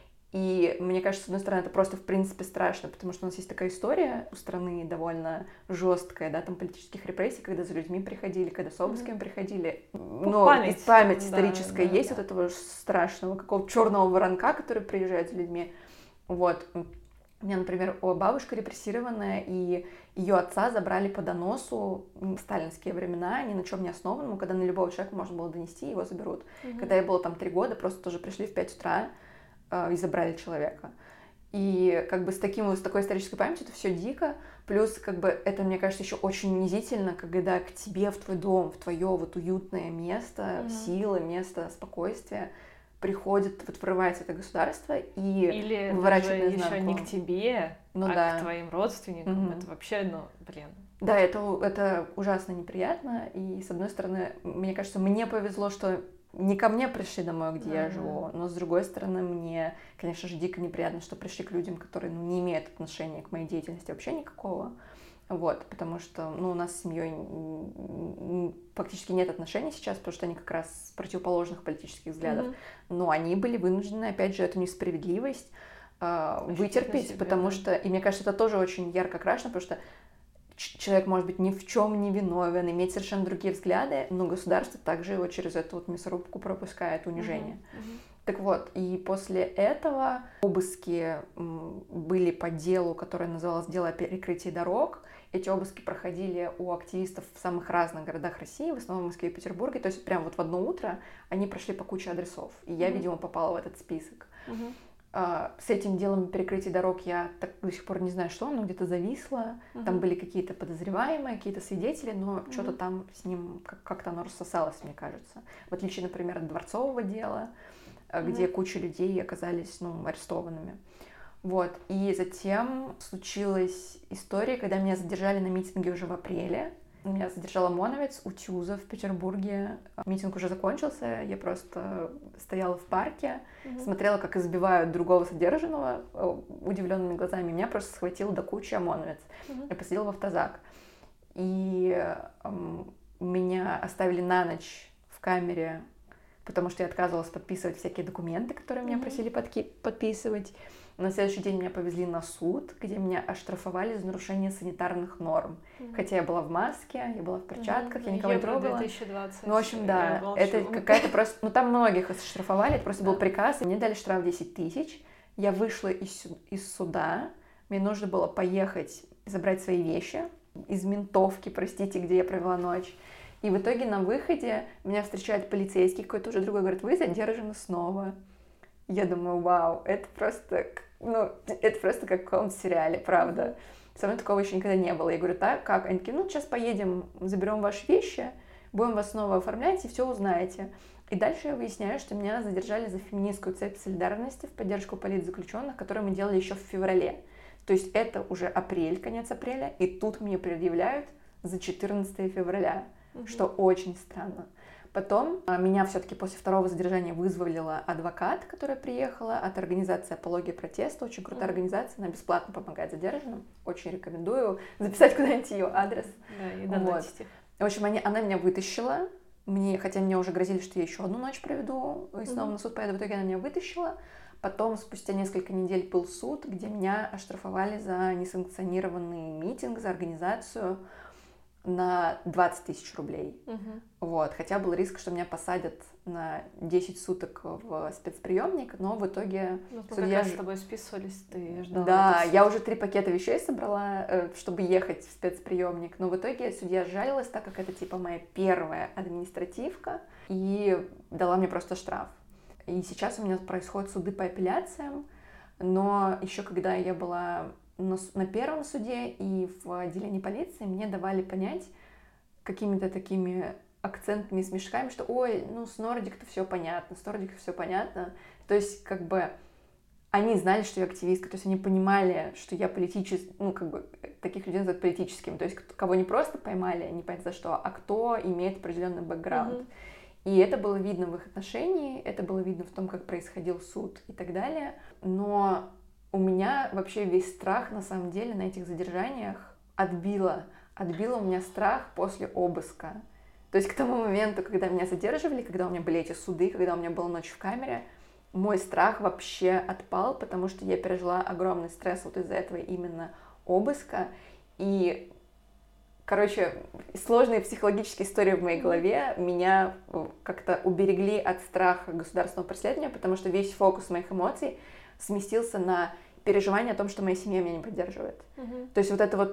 И мне кажется, с одной стороны, это просто в принципе страшно, потому что у нас есть такая история у страны довольно жесткая, да, там политических репрессий, когда за людьми приходили, когда с обысками приходили. Но память историческая есть от этого страшного, какого-то черного воронка, который приезжает за людьми. Вот. У меня, например, бабушка репрессированная, и ее отца забрали по доносу в сталинские времена, ни на чем не основанному, когда на любого человека можно было донести, его заберут. Когда я была там 3 года, просто тоже пришли в 5 утра и забрали человека. И как бы с такой исторической памятью это все дико. Плюс как бы это, мне кажется, еще очень унизительно, когда к тебе в твой дом, в твое вот уютное место, силы, место спокойствия приходит, вот врывается это государство и выворачивает наизнанку. Или еще не к тебе, к твоим родственникам. Это вообще, блин. Да, это ужасно неприятно. И с одной стороны, мне кажется, мне повезло, что не ко мне пришли домой, где я живу, но с другой стороны, мне, конечно же, дико неприятно, что пришли к людям, которые не имеют отношения к моей деятельности вообще никакого. Вот, потому что, у нас с семьей фактически нет отношений сейчас, потому что они как раз противоположных политических взглядов. Но они были вынуждены, опять же, эту несправедливость вытерпеть, потому что, и мне кажется, это тоже очень ярко окрашено, потому что человек может быть ни в чем не виновен, иметь совершенно другие взгляды, но государство также его через эту вот мясорубку пропускает, унижение. Так вот, и после этого обыски были по делу, которое называлось «Дело о перекрытии дорог». Эти обыски проходили у активистов в самых разных городах России, в основном в Москве и Петербурге. То есть прям вот в одно утро они прошли по куче адресов. И я, видимо, попала в этот список. С этим делом перекрытия дорог я до сих пор не знаю, что оно где-то зависло. Там были какие-то подозреваемые, какие-то свидетели, но что-то там с ним как-то оно рассосалось, мне кажется. В отличие, например, от Дворцового дела, где куча людей оказались, арестованными. Вот. И затем случилась история, когда меня задержали на митинге уже в апреле. Меня задержал ОМОНовец Утюзов в Петербурге. Митинг уже закончился, я просто стояла в парке, смотрела, как избивают другого задержанного удивленными глазами. Меня просто схватил до кучи ОМОНовец. Я посадила в автозак. И меня оставили на ночь в камере, потому что я отказывалась подписывать всякие документы, которые меня просили подписывать. На следующий день меня повезли на суд, где меня оштрафовали за нарушение санитарных норм. Хотя я была в маске, я была в перчатках, я никого не трогала. 2020. В общем, да, это какая-то просто... там многих оштрафовали, это просто был приказ. Мне дали штраф 10 тысяч. Я вышла из суда, мне нужно было поехать забрать свои вещи из ментовки, простите, где я провела ночь. И в итоге на выходе меня встречает полицейский какой-то уже другой, говорит: вы задержаны снова. Я думаю, вау, это просто как в каком-то сериале, правда. Со мной такого еще никогда не было. Я говорю: так, как? Они такие: сейчас поедем, заберем ваши вещи, будем вас снова оформлять и все узнаете. И дальше я выясняю, что меня задержали за феминистскую цепь солидарности в поддержку политзаключенных, которую мы делали еще в феврале. То есть это уже апрель, конец апреля, и тут мне предъявляют за 14 февраля, что очень странно. Потом меня все-таки после второго задержания вызволила адвокат, которая приехала от организации «Апология протеста». Очень крутая организация, она бесплатно помогает задержанным. Очень рекомендую записать куда-нибудь ее адрес. Да, и донатить их. В общем, она меня вытащила, хотя мне уже грозили, что я еще одну ночь проведу, и снова на суд поеду. В итоге она меня вытащила. Потом, спустя несколько недель, был суд, где меня оштрафовали за несанкционированный митинг, за организацию на 20 тысяч рублей. Вот. Хотя был риск, что меня посадят на 10 суток в спецприемник, но в итоге... Ну, мы как раз с тобой списывались, ты ждала. Да, я уже 3 пакета вещей собрала, чтобы ехать в спецприемник, но в итоге судья сжалилась, так как это типа моя первая административка, и дала мне просто штраф. И сейчас у меня происходят суды по апелляциям, но еще когда я была на первом суде и в отделении полиции, мне давали понять какими-то такими акцентными смешками, что ой, ну с Нордик-то все понятно, с Нордик все понятно. То есть как бы они знали, что я активистка, то есть они понимали, что я политически, ну как бы таких людей называют политическими, то есть кого не просто поймали, не понятно за что, а кто имеет определенный бэкграунд. И это было видно в их отношении, это было видно в том, как происходил суд и так далее. Но у меня вообще весь страх, на самом деле, на этих задержаниях отбило у меня страх после обыска. То есть к тому моменту, когда меня задерживали, когда у меня были эти суды, когда у меня была ночь в камере, мой страх вообще отпал, потому что я пережила огромный стресс вот из-за этого именно обыска. И, короче, сложные психологические истории в моей голове меня как-то уберегли от страха государственного преследования, потому что весь фокус моих эмоций сместился на переживание о том, что моя семья меня не поддерживает. То есть вот это вот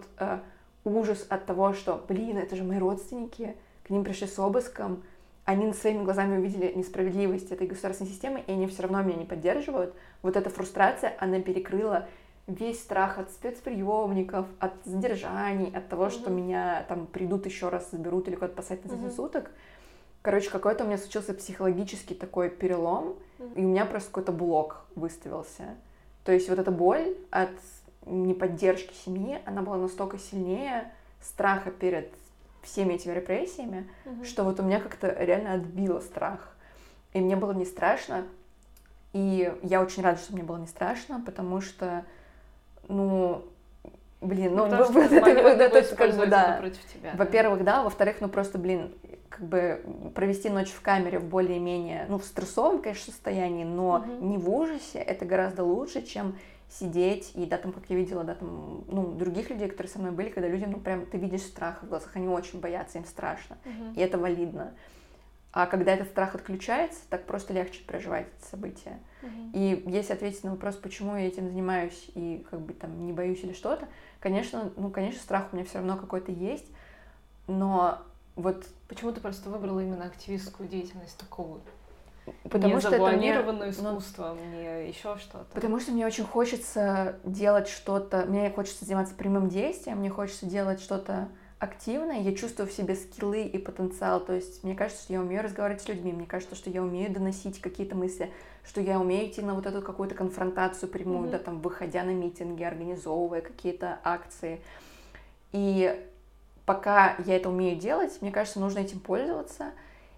ужас от того, что, блин, это же мои родственники, к ним пришли с обыском, они своими глазами увидели несправедливость этой государственной системы, и они все равно меня не поддерживают. Вот эта фрустрация, она перекрыла весь страх от спецприемников, от задержаний, от того, что меня там придут еще раз, заберут или куда-то посадят на 10 суток. Короче, какой-то у меня случился психологический такой перелом, и у меня просто какой-то блок выставился. То есть вот эта боль от неподдержки семьи, она была настолько сильнее страха перед всеми этими репрессиями, что вот у меня как-то реально отбило страх. И мне было не страшно, и я очень рада, что мне было не страшно, потому что, ну, блин, ну, это как бы, да, во-первых, да, во-вторых, ну, просто, блин, как бы провести ночь в камере в более-менее, ну, в стрессовом, конечно, состоянии, но не в ужасе, это гораздо лучше, чем сидеть, и да, там, как я видела, да, там, ну, других людей, которые со мной были, когда люди, ну, прям, ты видишь страх в глазах, они очень боятся, им страшно, и это валидно. А когда этот страх отключается, так просто легче проживать это событие. И если ответить на вопрос, почему я этим занимаюсь и как бы там не боюсь или что-то, конечно, ну, конечно, страх у меня все равно какой-то есть, но вот... Почему ты просто выбрала именно активистскую деятельность такого? Потому не что завуалированное искусство, мне еще что-то. Потому что мне очень хочется делать что-то, мне хочется заниматься прямым действием, мне хочется делать что-то активное, я чувствую в себе скиллы и потенциал, то есть мне кажется, что я умею разговаривать с людьми, мне кажется, что я умею доносить какие-то мысли, что я умею идти на вот эту какую-то конфронтацию прямую, да, там, выходя на митинги, организовывая какие-то акции. И пока я это умею делать, мне кажется, нужно этим пользоваться,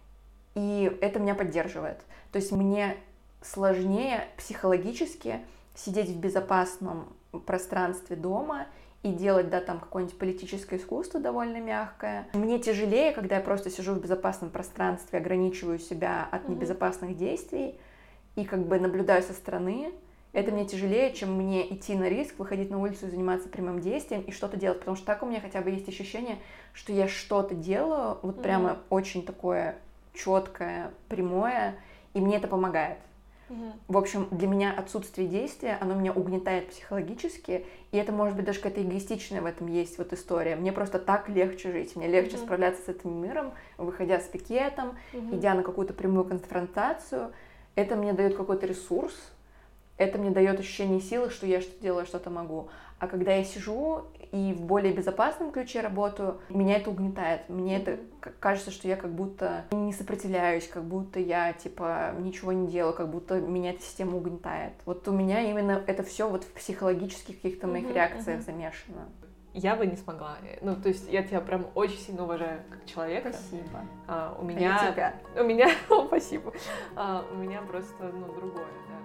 и это меня поддерживает. То есть мне сложнее психологически сидеть в безопасном пространстве дома и делать, да, там какое-нибудь политическое искусство довольно мягкое. Мне тяжелее, когда я просто сижу в безопасном пространстве, ограничиваю себя от небезопасных действий и как бы наблюдаю со стороны. Это мне тяжелее, чем мне идти на риск, выходить на улицу и заниматься прямым действием и что-то делать, потому что так у меня хотя бы есть ощущение, что я что-то делаю, вот прямо очень такое четкое, прямое, и мне это помогает. В общем, для меня отсутствие действия, оно меня угнетает психологически, и это, может быть, даже какая-то эгоистичная в этом есть вот история. Мне просто так легче жить, мне легче справляться с этим миром, выходя с пикетом, идя на какую-то прямую конфронтацию. Это мне дает какой-то ресурс, это мне дает ощущение силы, что я что-то делаю, что-то могу. А когда я сижу и в более безопасном ключе работаю, меня это угнетает. Мне это кажется, что я как будто не сопротивляюсь, как будто я, типа, ничего не делаю, как будто меня эта система угнетает. Вот у меня именно это все вот в психологических каких-то моих реакциях замешано. я бы не смогла. Ну, то есть я тебя прям очень сильно уважаю как человека. Спасибо. У меня, спасибо. У меня просто, другое,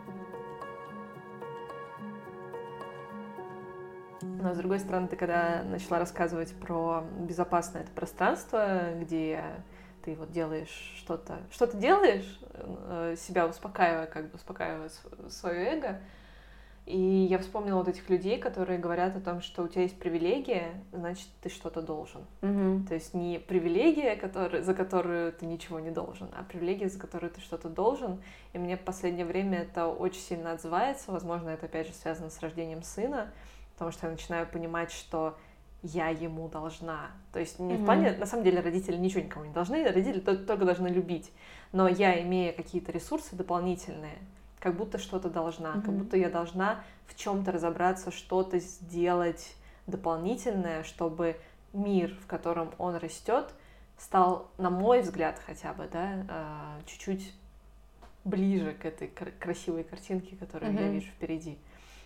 да. Но, с другой стороны, ты когда начала рассказывать про безопасное это пространство, где ты вот делаешь что-то делаешь, себя успокаивая, успокаивая свое эго, и я вспомнила вот этих людей, которые говорят о том, что у тебя есть привилегия, значит, ты что-то должен. Угу. То есть не привилегия, за которую ты ничего не должен, а привилегия, за которую ты что-то должен. И мне в последнее время это очень сильно отзывается. Возможно, это опять же связано с рождением сына, потому что я начинаю понимать, что я ему должна. То есть не в плане, на самом деле, родители ничего никому не должны, родители только должны любить. Но я, имея какие-то ресурсы дополнительные, как будто что-то должна, как будто я должна в чем-то разобраться, что-то сделать дополнительное, чтобы мир, в котором он растет, стал, на мой взгляд, хотя бы, да, чуть-чуть ближе к этой красивой картинке, которую я вижу впереди.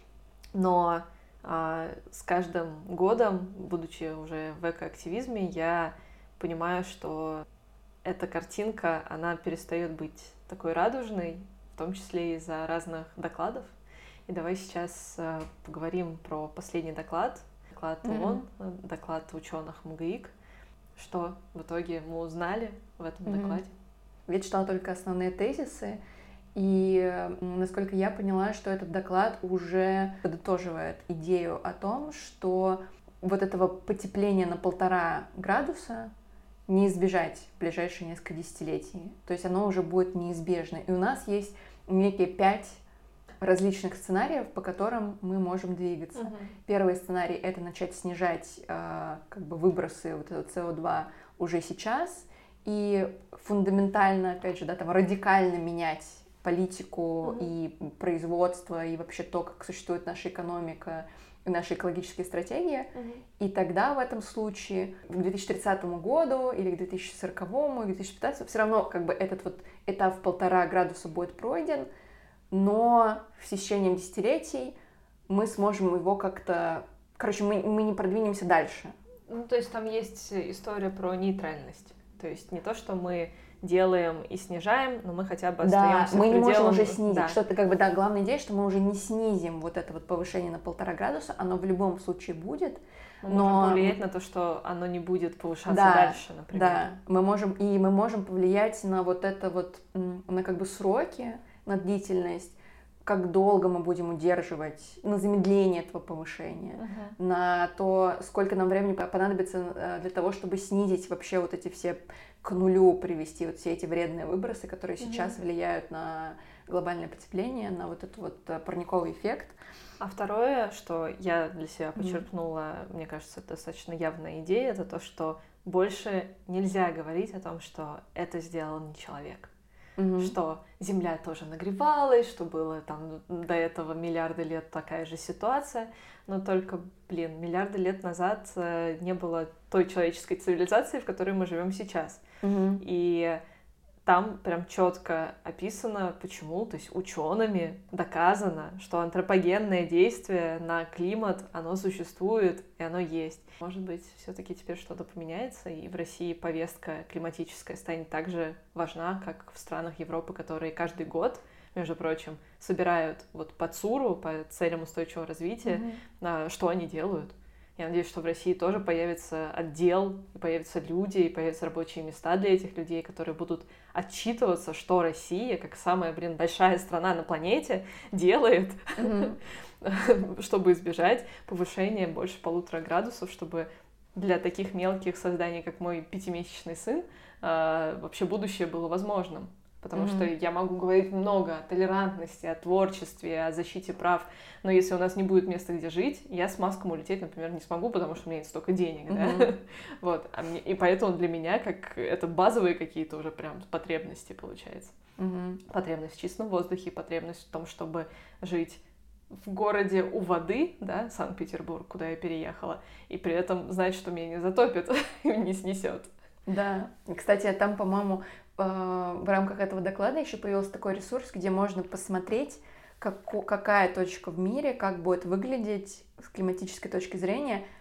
Но с каждым годом, будучи уже в экоактивизме, я понимаю, что эта картинка, она перестает быть такой радужной, в том числе из-за разных докладов. И давай сейчас поговорим про последний доклад ООН, доклад ученых МГИК. Что в итоге мы узнали в этом докладе? Я читала только основные тезисы, и, насколько я поняла, что этот доклад уже подытоживает идею о том, что вот этого потепления на 1,5 градуса не избежать в ближайшие несколько десятилетий. То есть оно уже будет неизбежно. И у нас есть некие 5 различных сценариев, по которым мы можем двигаться. Первый сценарий — это начать снижать выбросы вот этого СО2 уже сейчас и фундаментально, опять же, там радикально менять политику и производство, и вообще то, как существует наша экономика, и наши экологические стратегии. И тогда в этом случае к 2030 году или к 2040 или 2015 все равно этот вот этап в 1,5 градуса будет пройден, но с течением десятилетий мы сможем его как-то... Короче, мы не продвинемся дальше. То есть там есть история про нейтральность. То есть не то, что мы делаем и снижаем, но мы хотя бы остаемся мы не пределом... можем уже снизить. Что-то главная идея, что мы уже не снизим вот это вот повышение на 1,5 градуса, оно в любом случае будет. Мы можем повлиять на то, что оно не будет повышаться дальше, например. Да, мы можем повлиять на вот это вот, на сроки, на длительность, как долго мы будем удерживать, на замедление этого повышения, на то, сколько нам времени понадобится для того, чтобы снизить вообще вот эти все к нулю, привести вот все эти вредные выбросы, которые сейчас влияют на глобальное потепление, на вот этот вот парниковый эффект. А второе, что я для себя почерпнула, мне кажется, это достаточно явная идея, это то, что больше нельзя говорить о том, что это сделал не человек. Что Земля тоже нагревалась, что было там до этого миллиарды лет такая же ситуация, но только, миллиарды лет назад не было той человеческой цивилизации, в которой мы живем сейчас. И там прям четко описано, почему, то есть учеными доказано, что антропогенное действие на климат, оно существует и оно есть. Может быть, все-таки теперь что-то поменяется, и в России повестка климатическая станет так же важна, как в странах Европы, которые каждый год, между прочим, собирают вот по ЦУРу, по целям устойчивого развития, что они делают. Я надеюсь, что в России тоже появится отдел, появятся люди, и появятся рабочие места для этих людей, которые будут отчитываться, что Россия, как самая, большая страна на планете, делает, чтобы избежать повышения больше 1,5 градусов, чтобы для таких мелких созданий, как мой 5-месячный сын, вообще будущее было возможным. Потому что я могу говорить много о толерантности, о творчестве, о защите прав, но если у нас не будет места, где жить, я с Маском улететь, например, не смогу, потому что у меня нет столько денег, да? Вот. И поэтому для меня это базовые какие-то уже прям потребности, получается. Потребность в чистом воздухе, потребность в том, чтобы жить в городе у воды, да, Санкт-Петербург, куда я переехала, и при этом знать, что меня не затопит и не снесет. Да. И, кстати, там, по-моему, в рамках этого доклада еще появился такой ресурс, где можно посмотреть, какая точка в мире, как будет выглядеть с климатической точки зрения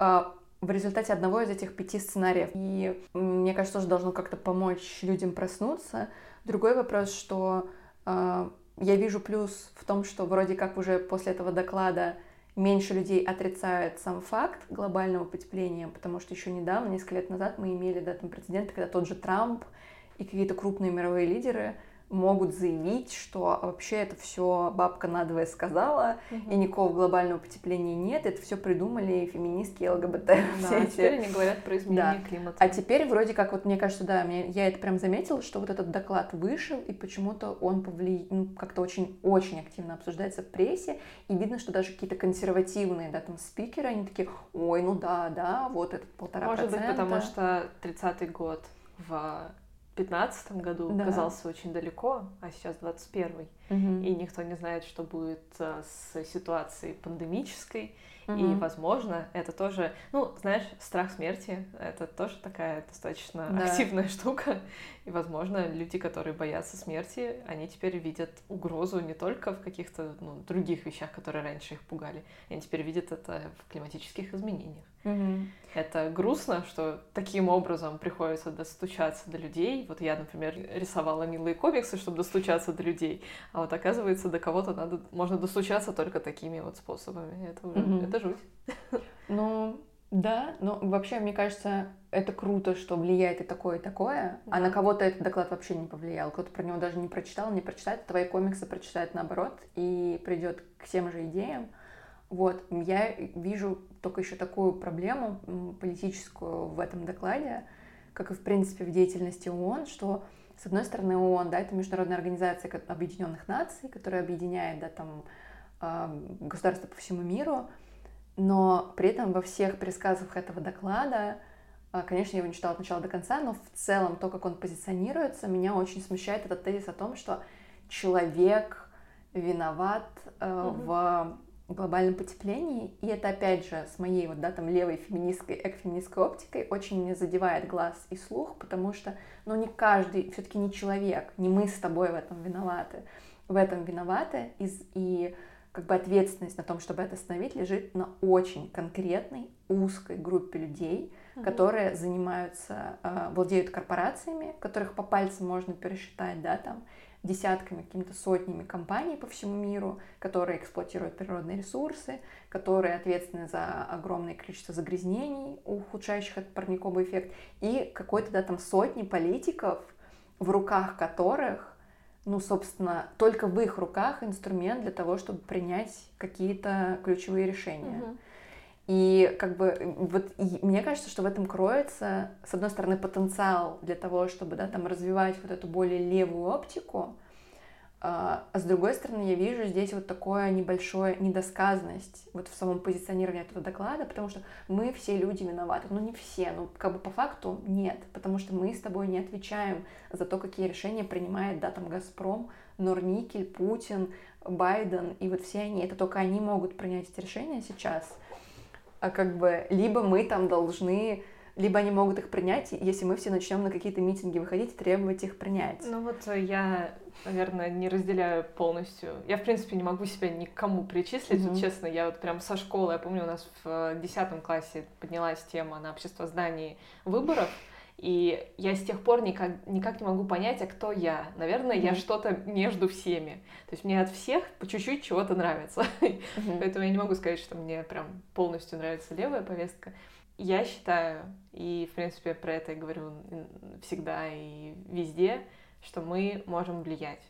в результате одного из этих 5 сценариев. И мне кажется, тоже должно как-то помочь людям проснуться. Другой вопрос, что я вижу плюс в том, что вроде как уже после этого доклада меньше людей отрицают сам факт глобального потепления, потому что еще недавно, несколько лет назад, мы имели там прецеденты, когда тот же Трамп и какие-то крупные мировые лидеры могут заявить, что вообще это все бабка надвое сказала, и никакого глобального потепления нет, это все придумали феминистки, ЛГБТ. Да, теперь они говорят про изменение климата. А теперь вроде как, вот мне кажется, да, я это прям заметила, что вот этот доклад вышел, и почему-то он как-то очень-очень активно обсуждается в прессе, и видно, что даже какие-то консервативные, да, там, спикеры, они такие, ой, ну да, вот этот 1,5%. Может быть, потому что 30-й год в 2015 году казался очень далеко, а сейчас 21-й, и никто не знает, что будет с ситуацией пандемической, и, возможно, это тоже, знаешь, страх смерти, это тоже такая достаточно активная штука, и, возможно, люди, которые боятся смерти, они теперь видят угрозу не только в каких-то других вещах, которые раньше их пугали, они теперь видят это в климатических изменениях. Это грустно, что таким образом приходится достучаться до людей. Вот я, например, рисовала милые комиксы, чтобы достучаться до людей, а вот оказывается, до кого-то можно достучаться только такими вот способами. Это жуть. Да, но вообще, мне кажется, это круто, что влияет и такое, а на кого-то этот доклад вообще не повлиял. Кто-то про него даже не прочитал, не прочитает, твои комиксы прочитает наоборот и придет к тем же идеям. Вот, я вижу только еще такую проблему политическую в этом докладе, как и, в принципе, в деятельности ООН, что, с одной стороны, ООН, да, это международная организация Объединенных Наций, которая объединяет, да, там, государства по всему миру, но при этом во всех пересказах этого доклада, конечно, я его не читала от начала до конца, но в целом то, как он позиционируется, меня очень смущает этот тезис о том, что человек виноват в глобальном потеплении, и это, опять же, с моей вот, да, там, левой феминистской, экофеминистской оптикой очень задевает глаз и слух, потому что, не каждый, все-таки не человек, не мы с тобой в этом виноваты. В этом виноваты, и как бы ответственность на том, чтобы это остановить, лежит на очень конкретной, узкой группе людей, которые занимаются, владеют корпорациями, которых по пальцам можно пересчитать, да, там, десятками, какими-то сотнями компаний по всему миру, которые эксплуатируют природные ресурсы, которые ответственны за огромное количество загрязнений, ухудшающих этот парниковый эффект, и какой-то, да, там, сотни политиков, в руках которых, собственно, только в их руках инструмент для того, чтобы принять какие-то ключевые решения. И как бы вот мне кажется, что в этом кроется, с одной стороны, потенциал для того, чтобы, да, там, развивать вот эту более левую оптику, а с другой стороны, я вижу здесь вот такое небольшое недосказанность вот в самом позиционировании этого доклада, потому что мы все люди виноваты. Не все, как бы по факту нет, потому что мы с тобой не отвечаем за то, какие решения принимает, да, там, Газпром, Норникель, Путин, Байден, и вот все они, это только они могут принять эти решения сейчас. А как бы либо мы там должны, либо они могут их принять, если мы все начнем на какие-то митинги выходить и требовать их принять. Я, наверное, не разделяю полностью. Я, в принципе, не могу себя никому причислить. Вот, честно, я вот прям со школы, я помню, у нас в 10 классе поднялась тема на обществоздании выборов, и я с тех пор никак не могу понять, а кто я. Наверное, я что-то между всеми. То есть мне от всех по чуть-чуть чего-то нравится. Поэтому я не могу сказать, что мне прям полностью нравится левая повестка. Я считаю, и, в принципе, про это я говорю всегда и везде, что мы можем влиять.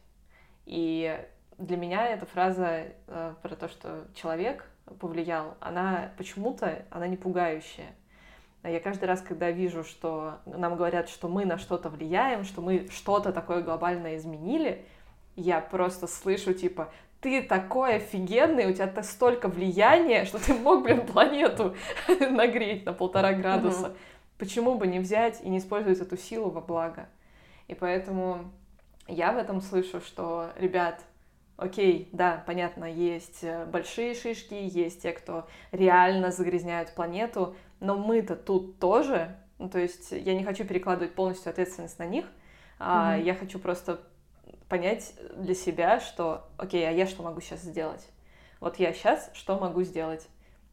И для меня эта фраза про то, что человек повлиял, она почему-то, она не пугающая. Я каждый раз, когда вижу, что нам говорят, что мы на что-то влияем, что мы что-то такое глобальное изменили, я просто слышу, типа, ты такой офигенный, у тебя столько влияния, что ты мог, планету нагреть на 1,5 градуса. Почему бы не взять и не использовать эту силу во благо? И поэтому я в этом слышу, что, ребят, окей, да, понятно, есть большие шишки, есть те, кто реально загрязняют планету, но мы-то тут тоже, то есть я не хочу перекладывать полностью ответственность на них, я хочу просто понять для себя, что, окей, а я что могу сейчас сделать? Вот я сейчас что могу сделать?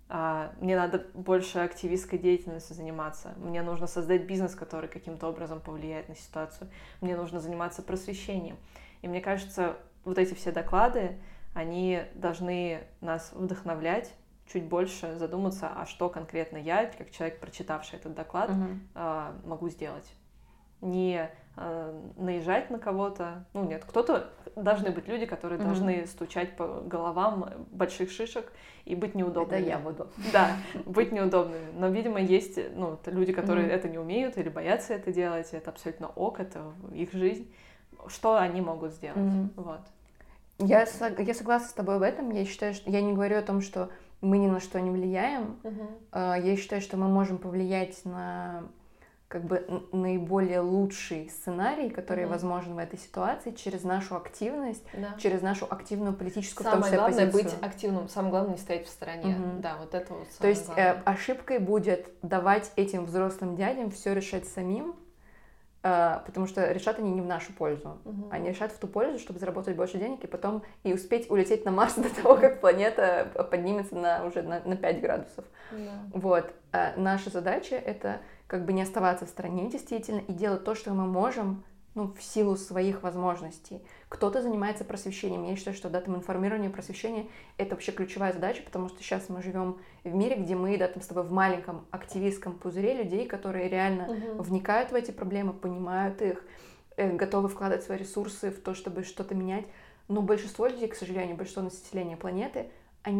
мне надо больше активистской деятельностью заниматься, мне нужно создать бизнес, который каким-то образом повлияет на ситуацию, мне нужно заниматься просвещением. И мне кажется, вот эти все доклады, они должны нас вдохновлять, чуть больше задуматься, а что конкретно я, как человек, прочитавший этот доклад, могу сделать. Не наезжать на кого-то. Ну нет, должны быть люди, которые должны стучать по головам больших шишек и быть неудобными. Это я буду. Да, быть неудобными. Но, видимо, есть люди, которые это не умеют или боятся это делать. Это абсолютно ок, это их жизнь. Что они могут сделать? Вот. Я согласна с тобой в этом. Я считаю, что я не говорю о том, что мы ни на что не влияем. Я считаю, что мы можем повлиять на как бы наиболее лучший сценарий, который возможен в этой ситуации, через нашу активность, через нашу активную политическую самое главное позицию. Быть активным, самое главное не стоять в стороне. Да, вот это вот самое. То есть ошибкой будет давать этим взрослым дядям все решать самим, потому что решат они не в нашу пользу. Они решат в ту пользу, чтобы заработать больше денег и потом и успеть улететь на Марс до того, как планета поднимется уже на 5 градусов. Вот. Наша задача — это как бы не оставаться в стороне действительно и делать то, что мы можем, в силу своих возможностей. Кто-то занимается просвещением. Я считаю, что информирование и просвещение — это вообще ключевая задача, потому что сейчас мы живем в мире, где мы, с тобой в маленьком активистском пузыре людей, которые реально вникают в эти проблемы, понимают их, готовы вкладывать свои ресурсы в то, чтобы что-то менять. Но большинство людей, к сожалению, большинство населения планеты, у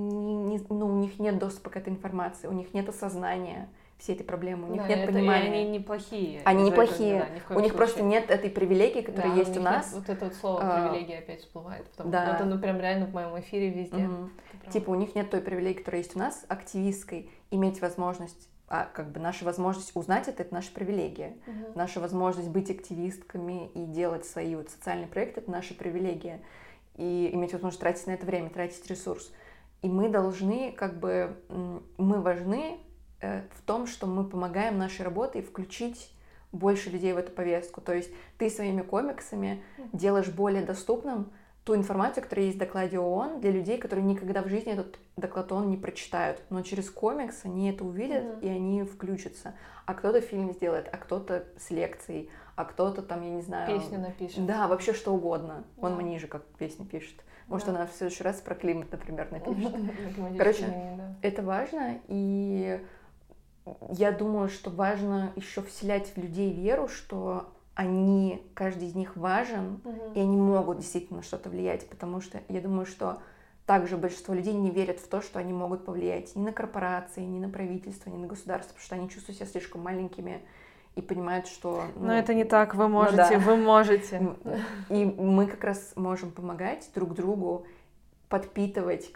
них нет доступа к этой информации, у них нет осознания всей этой проблемы, у них нет понимания. Они неплохие. Они неплохие. У них просто нет этой привилегии, которая есть у нас. Вот это вот слово привилегия опять всплывает. Это прям реально в моем эфире везде. Типа у них нет той привилегии, которая есть у нас, активистской, иметь возможность, наша возможность узнать это наша привилегия. Наша возможность быть активистками и делать свои социальные проекты — это наша привилегия. И иметь возможность тратить на это время, тратить ресурс. И мы должны, мы важны в том, что мы помогаем нашей работе включить больше людей в эту повестку. То есть ты своими комиксами делаешь более доступным ту информацию, которая есть в докладе ООН, для людей, которые никогда в жизни этот доклад ООН не прочитают. Но через комикс они это увидят, и они включатся. А кто-то фильм сделает, а кто-то с лекцией, а кто-то я не знаю... Песню напишет. Да, вообще что угодно. Он мне же как песню пишет. Может, она в следующий раз про климат, например, напишет. Короче, это важно, и я думаю, что важно еще вселять в людей веру, что каждый из них важен, и они могут действительно на что-то влиять, потому что я думаю, что также большинство людей не верят в то, что они могут повлиять ни на корпорации, ни на правительство, ни на государство, потому что они чувствуют себя слишком маленькими и понимают, что... Но это не так, вы можете, вы можете. И мы как раз можем помогать друг другу, подпитывать,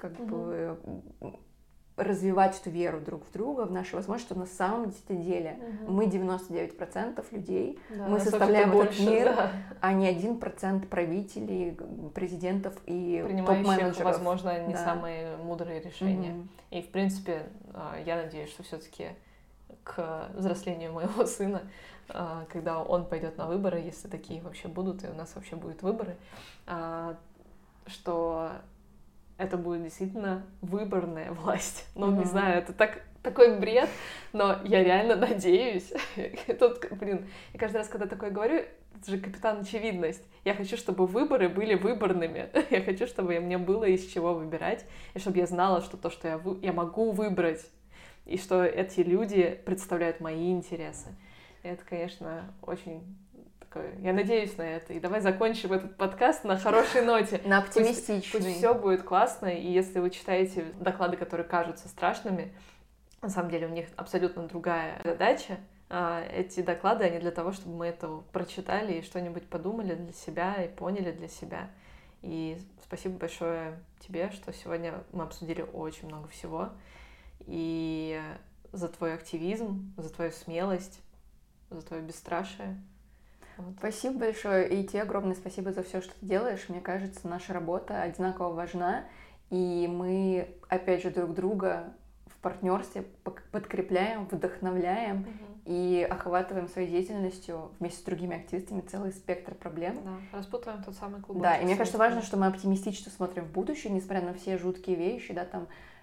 развивать эту веру друг в друга, в наши возможности, что на самом деле мы 99% людей, мы составляем этот мир, а не 1% правителей, президентов и топ-менеджеров. Возможно, не самые мудрые решения. И, в принципе, я надеюсь, что все-таки к взрослению моего сына, когда он пойдет на выборы, если такие вообще будут, и у нас вообще будут выборы, что это будет действительно выборная власть. Не знаю, это такой бред, но я реально надеюсь. Я каждый раз, когда такое говорю, это же капитан очевидность. Я хочу, чтобы выборы были выборными. Я хочу, чтобы мне было из чего выбирать, и чтобы я знала, что то, что я могу выбрать, и что эти люди представляют мои интересы. И это, конечно, очень... Я надеюсь на это. И давай закончим этот подкаст на хорошей ноте. На оптимистичной. Пусть все будет классно. И если вы читаете доклады, которые кажутся страшными, на самом деле у них абсолютно другая задача. Эти доклады, они для того, чтобы мы это прочитали и что-нибудь подумали для себя и поняли для себя. И спасибо большое тебе, что сегодня мы обсудили очень много всего. И за твой активизм, за твою смелость, за твое бесстрашие. Спасибо большое, и тебе огромное спасибо за все, что ты делаешь. Мне кажется, наша работа одинаково важна, и мы, опять же, друг друга в партнерстве подкрепляем, вдохновляем и охватываем своей деятельностью вместе с другими активистами целый спектр проблем. Да, распутываем тот самый клубок. Да, и мне кажется, важно, что мы оптимистично смотрим в будущее, несмотря на все жуткие вещи,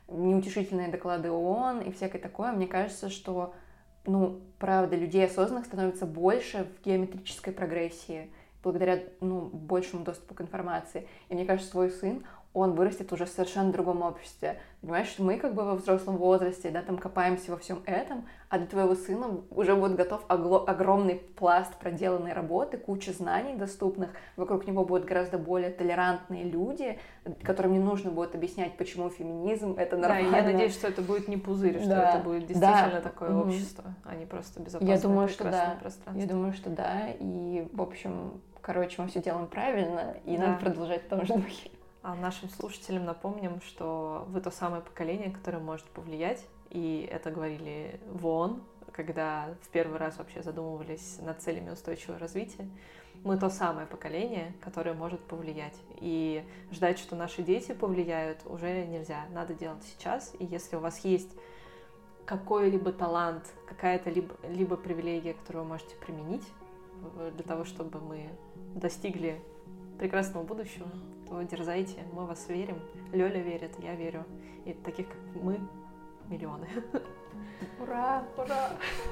неутешительные доклады ООН и всякое такое. Мне кажется, что, правда, людей осознанных становится больше в геометрической прогрессии благодаря, большему доступу к информации. И мне кажется, твой сын, он вырастет уже в совершенно другом обществе. Понимаешь, что мы как бы во взрослом возрасте, да, там копаемся во всем этом, а для твоего сына уже будет готов огромный пласт проделанной работы, куча знаний доступных, вокруг него будут гораздо более толерантные люди, которым не нужно будет объяснять, почему феминизм — это нормально. Да, и я надеюсь, что это будет не пузырь, что это будет действительно такое общество, а не просто безопасное, прекрасное пространство. Я думаю, что да, и, в общем, мы все делаем правильно, и надо продолжать в том же духе. А нашим слушателям напомним, что вы то самое поколение, которое может повлиять, и это говорили в ООН, когда в первый раз вообще задумывались над целями устойчивого развития. Мы то самое поколение, которое может повлиять. И ждать, что наши дети повлияют, уже нельзя. Надо делать сейчас. И если у вас есть какой-либо талант, какая-то либо привилегия, которую вы можете применить для того, чтобы мы достигли прекрасного будущего, то дерзайте, мы вас верим. Лёля верит, я верю. И таких, как мы, миллионы. Ура! Ура!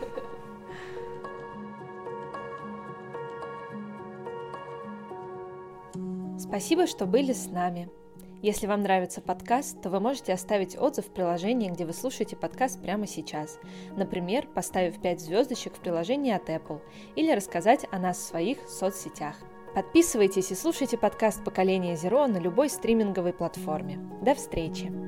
Спасибо, что были с нами. Если вам нравится подкаст, то вы можете оставить отзыв в приложении, где вы слушаете подкаст прямо сейчас. Например, поставив 5 звездочек в приложении от Apple или рассказать о нас в своих соцсетях. Подписывайтесь и слушайте подкаст «Поколение Зеро» на любой стриминговой платформе. До встречи!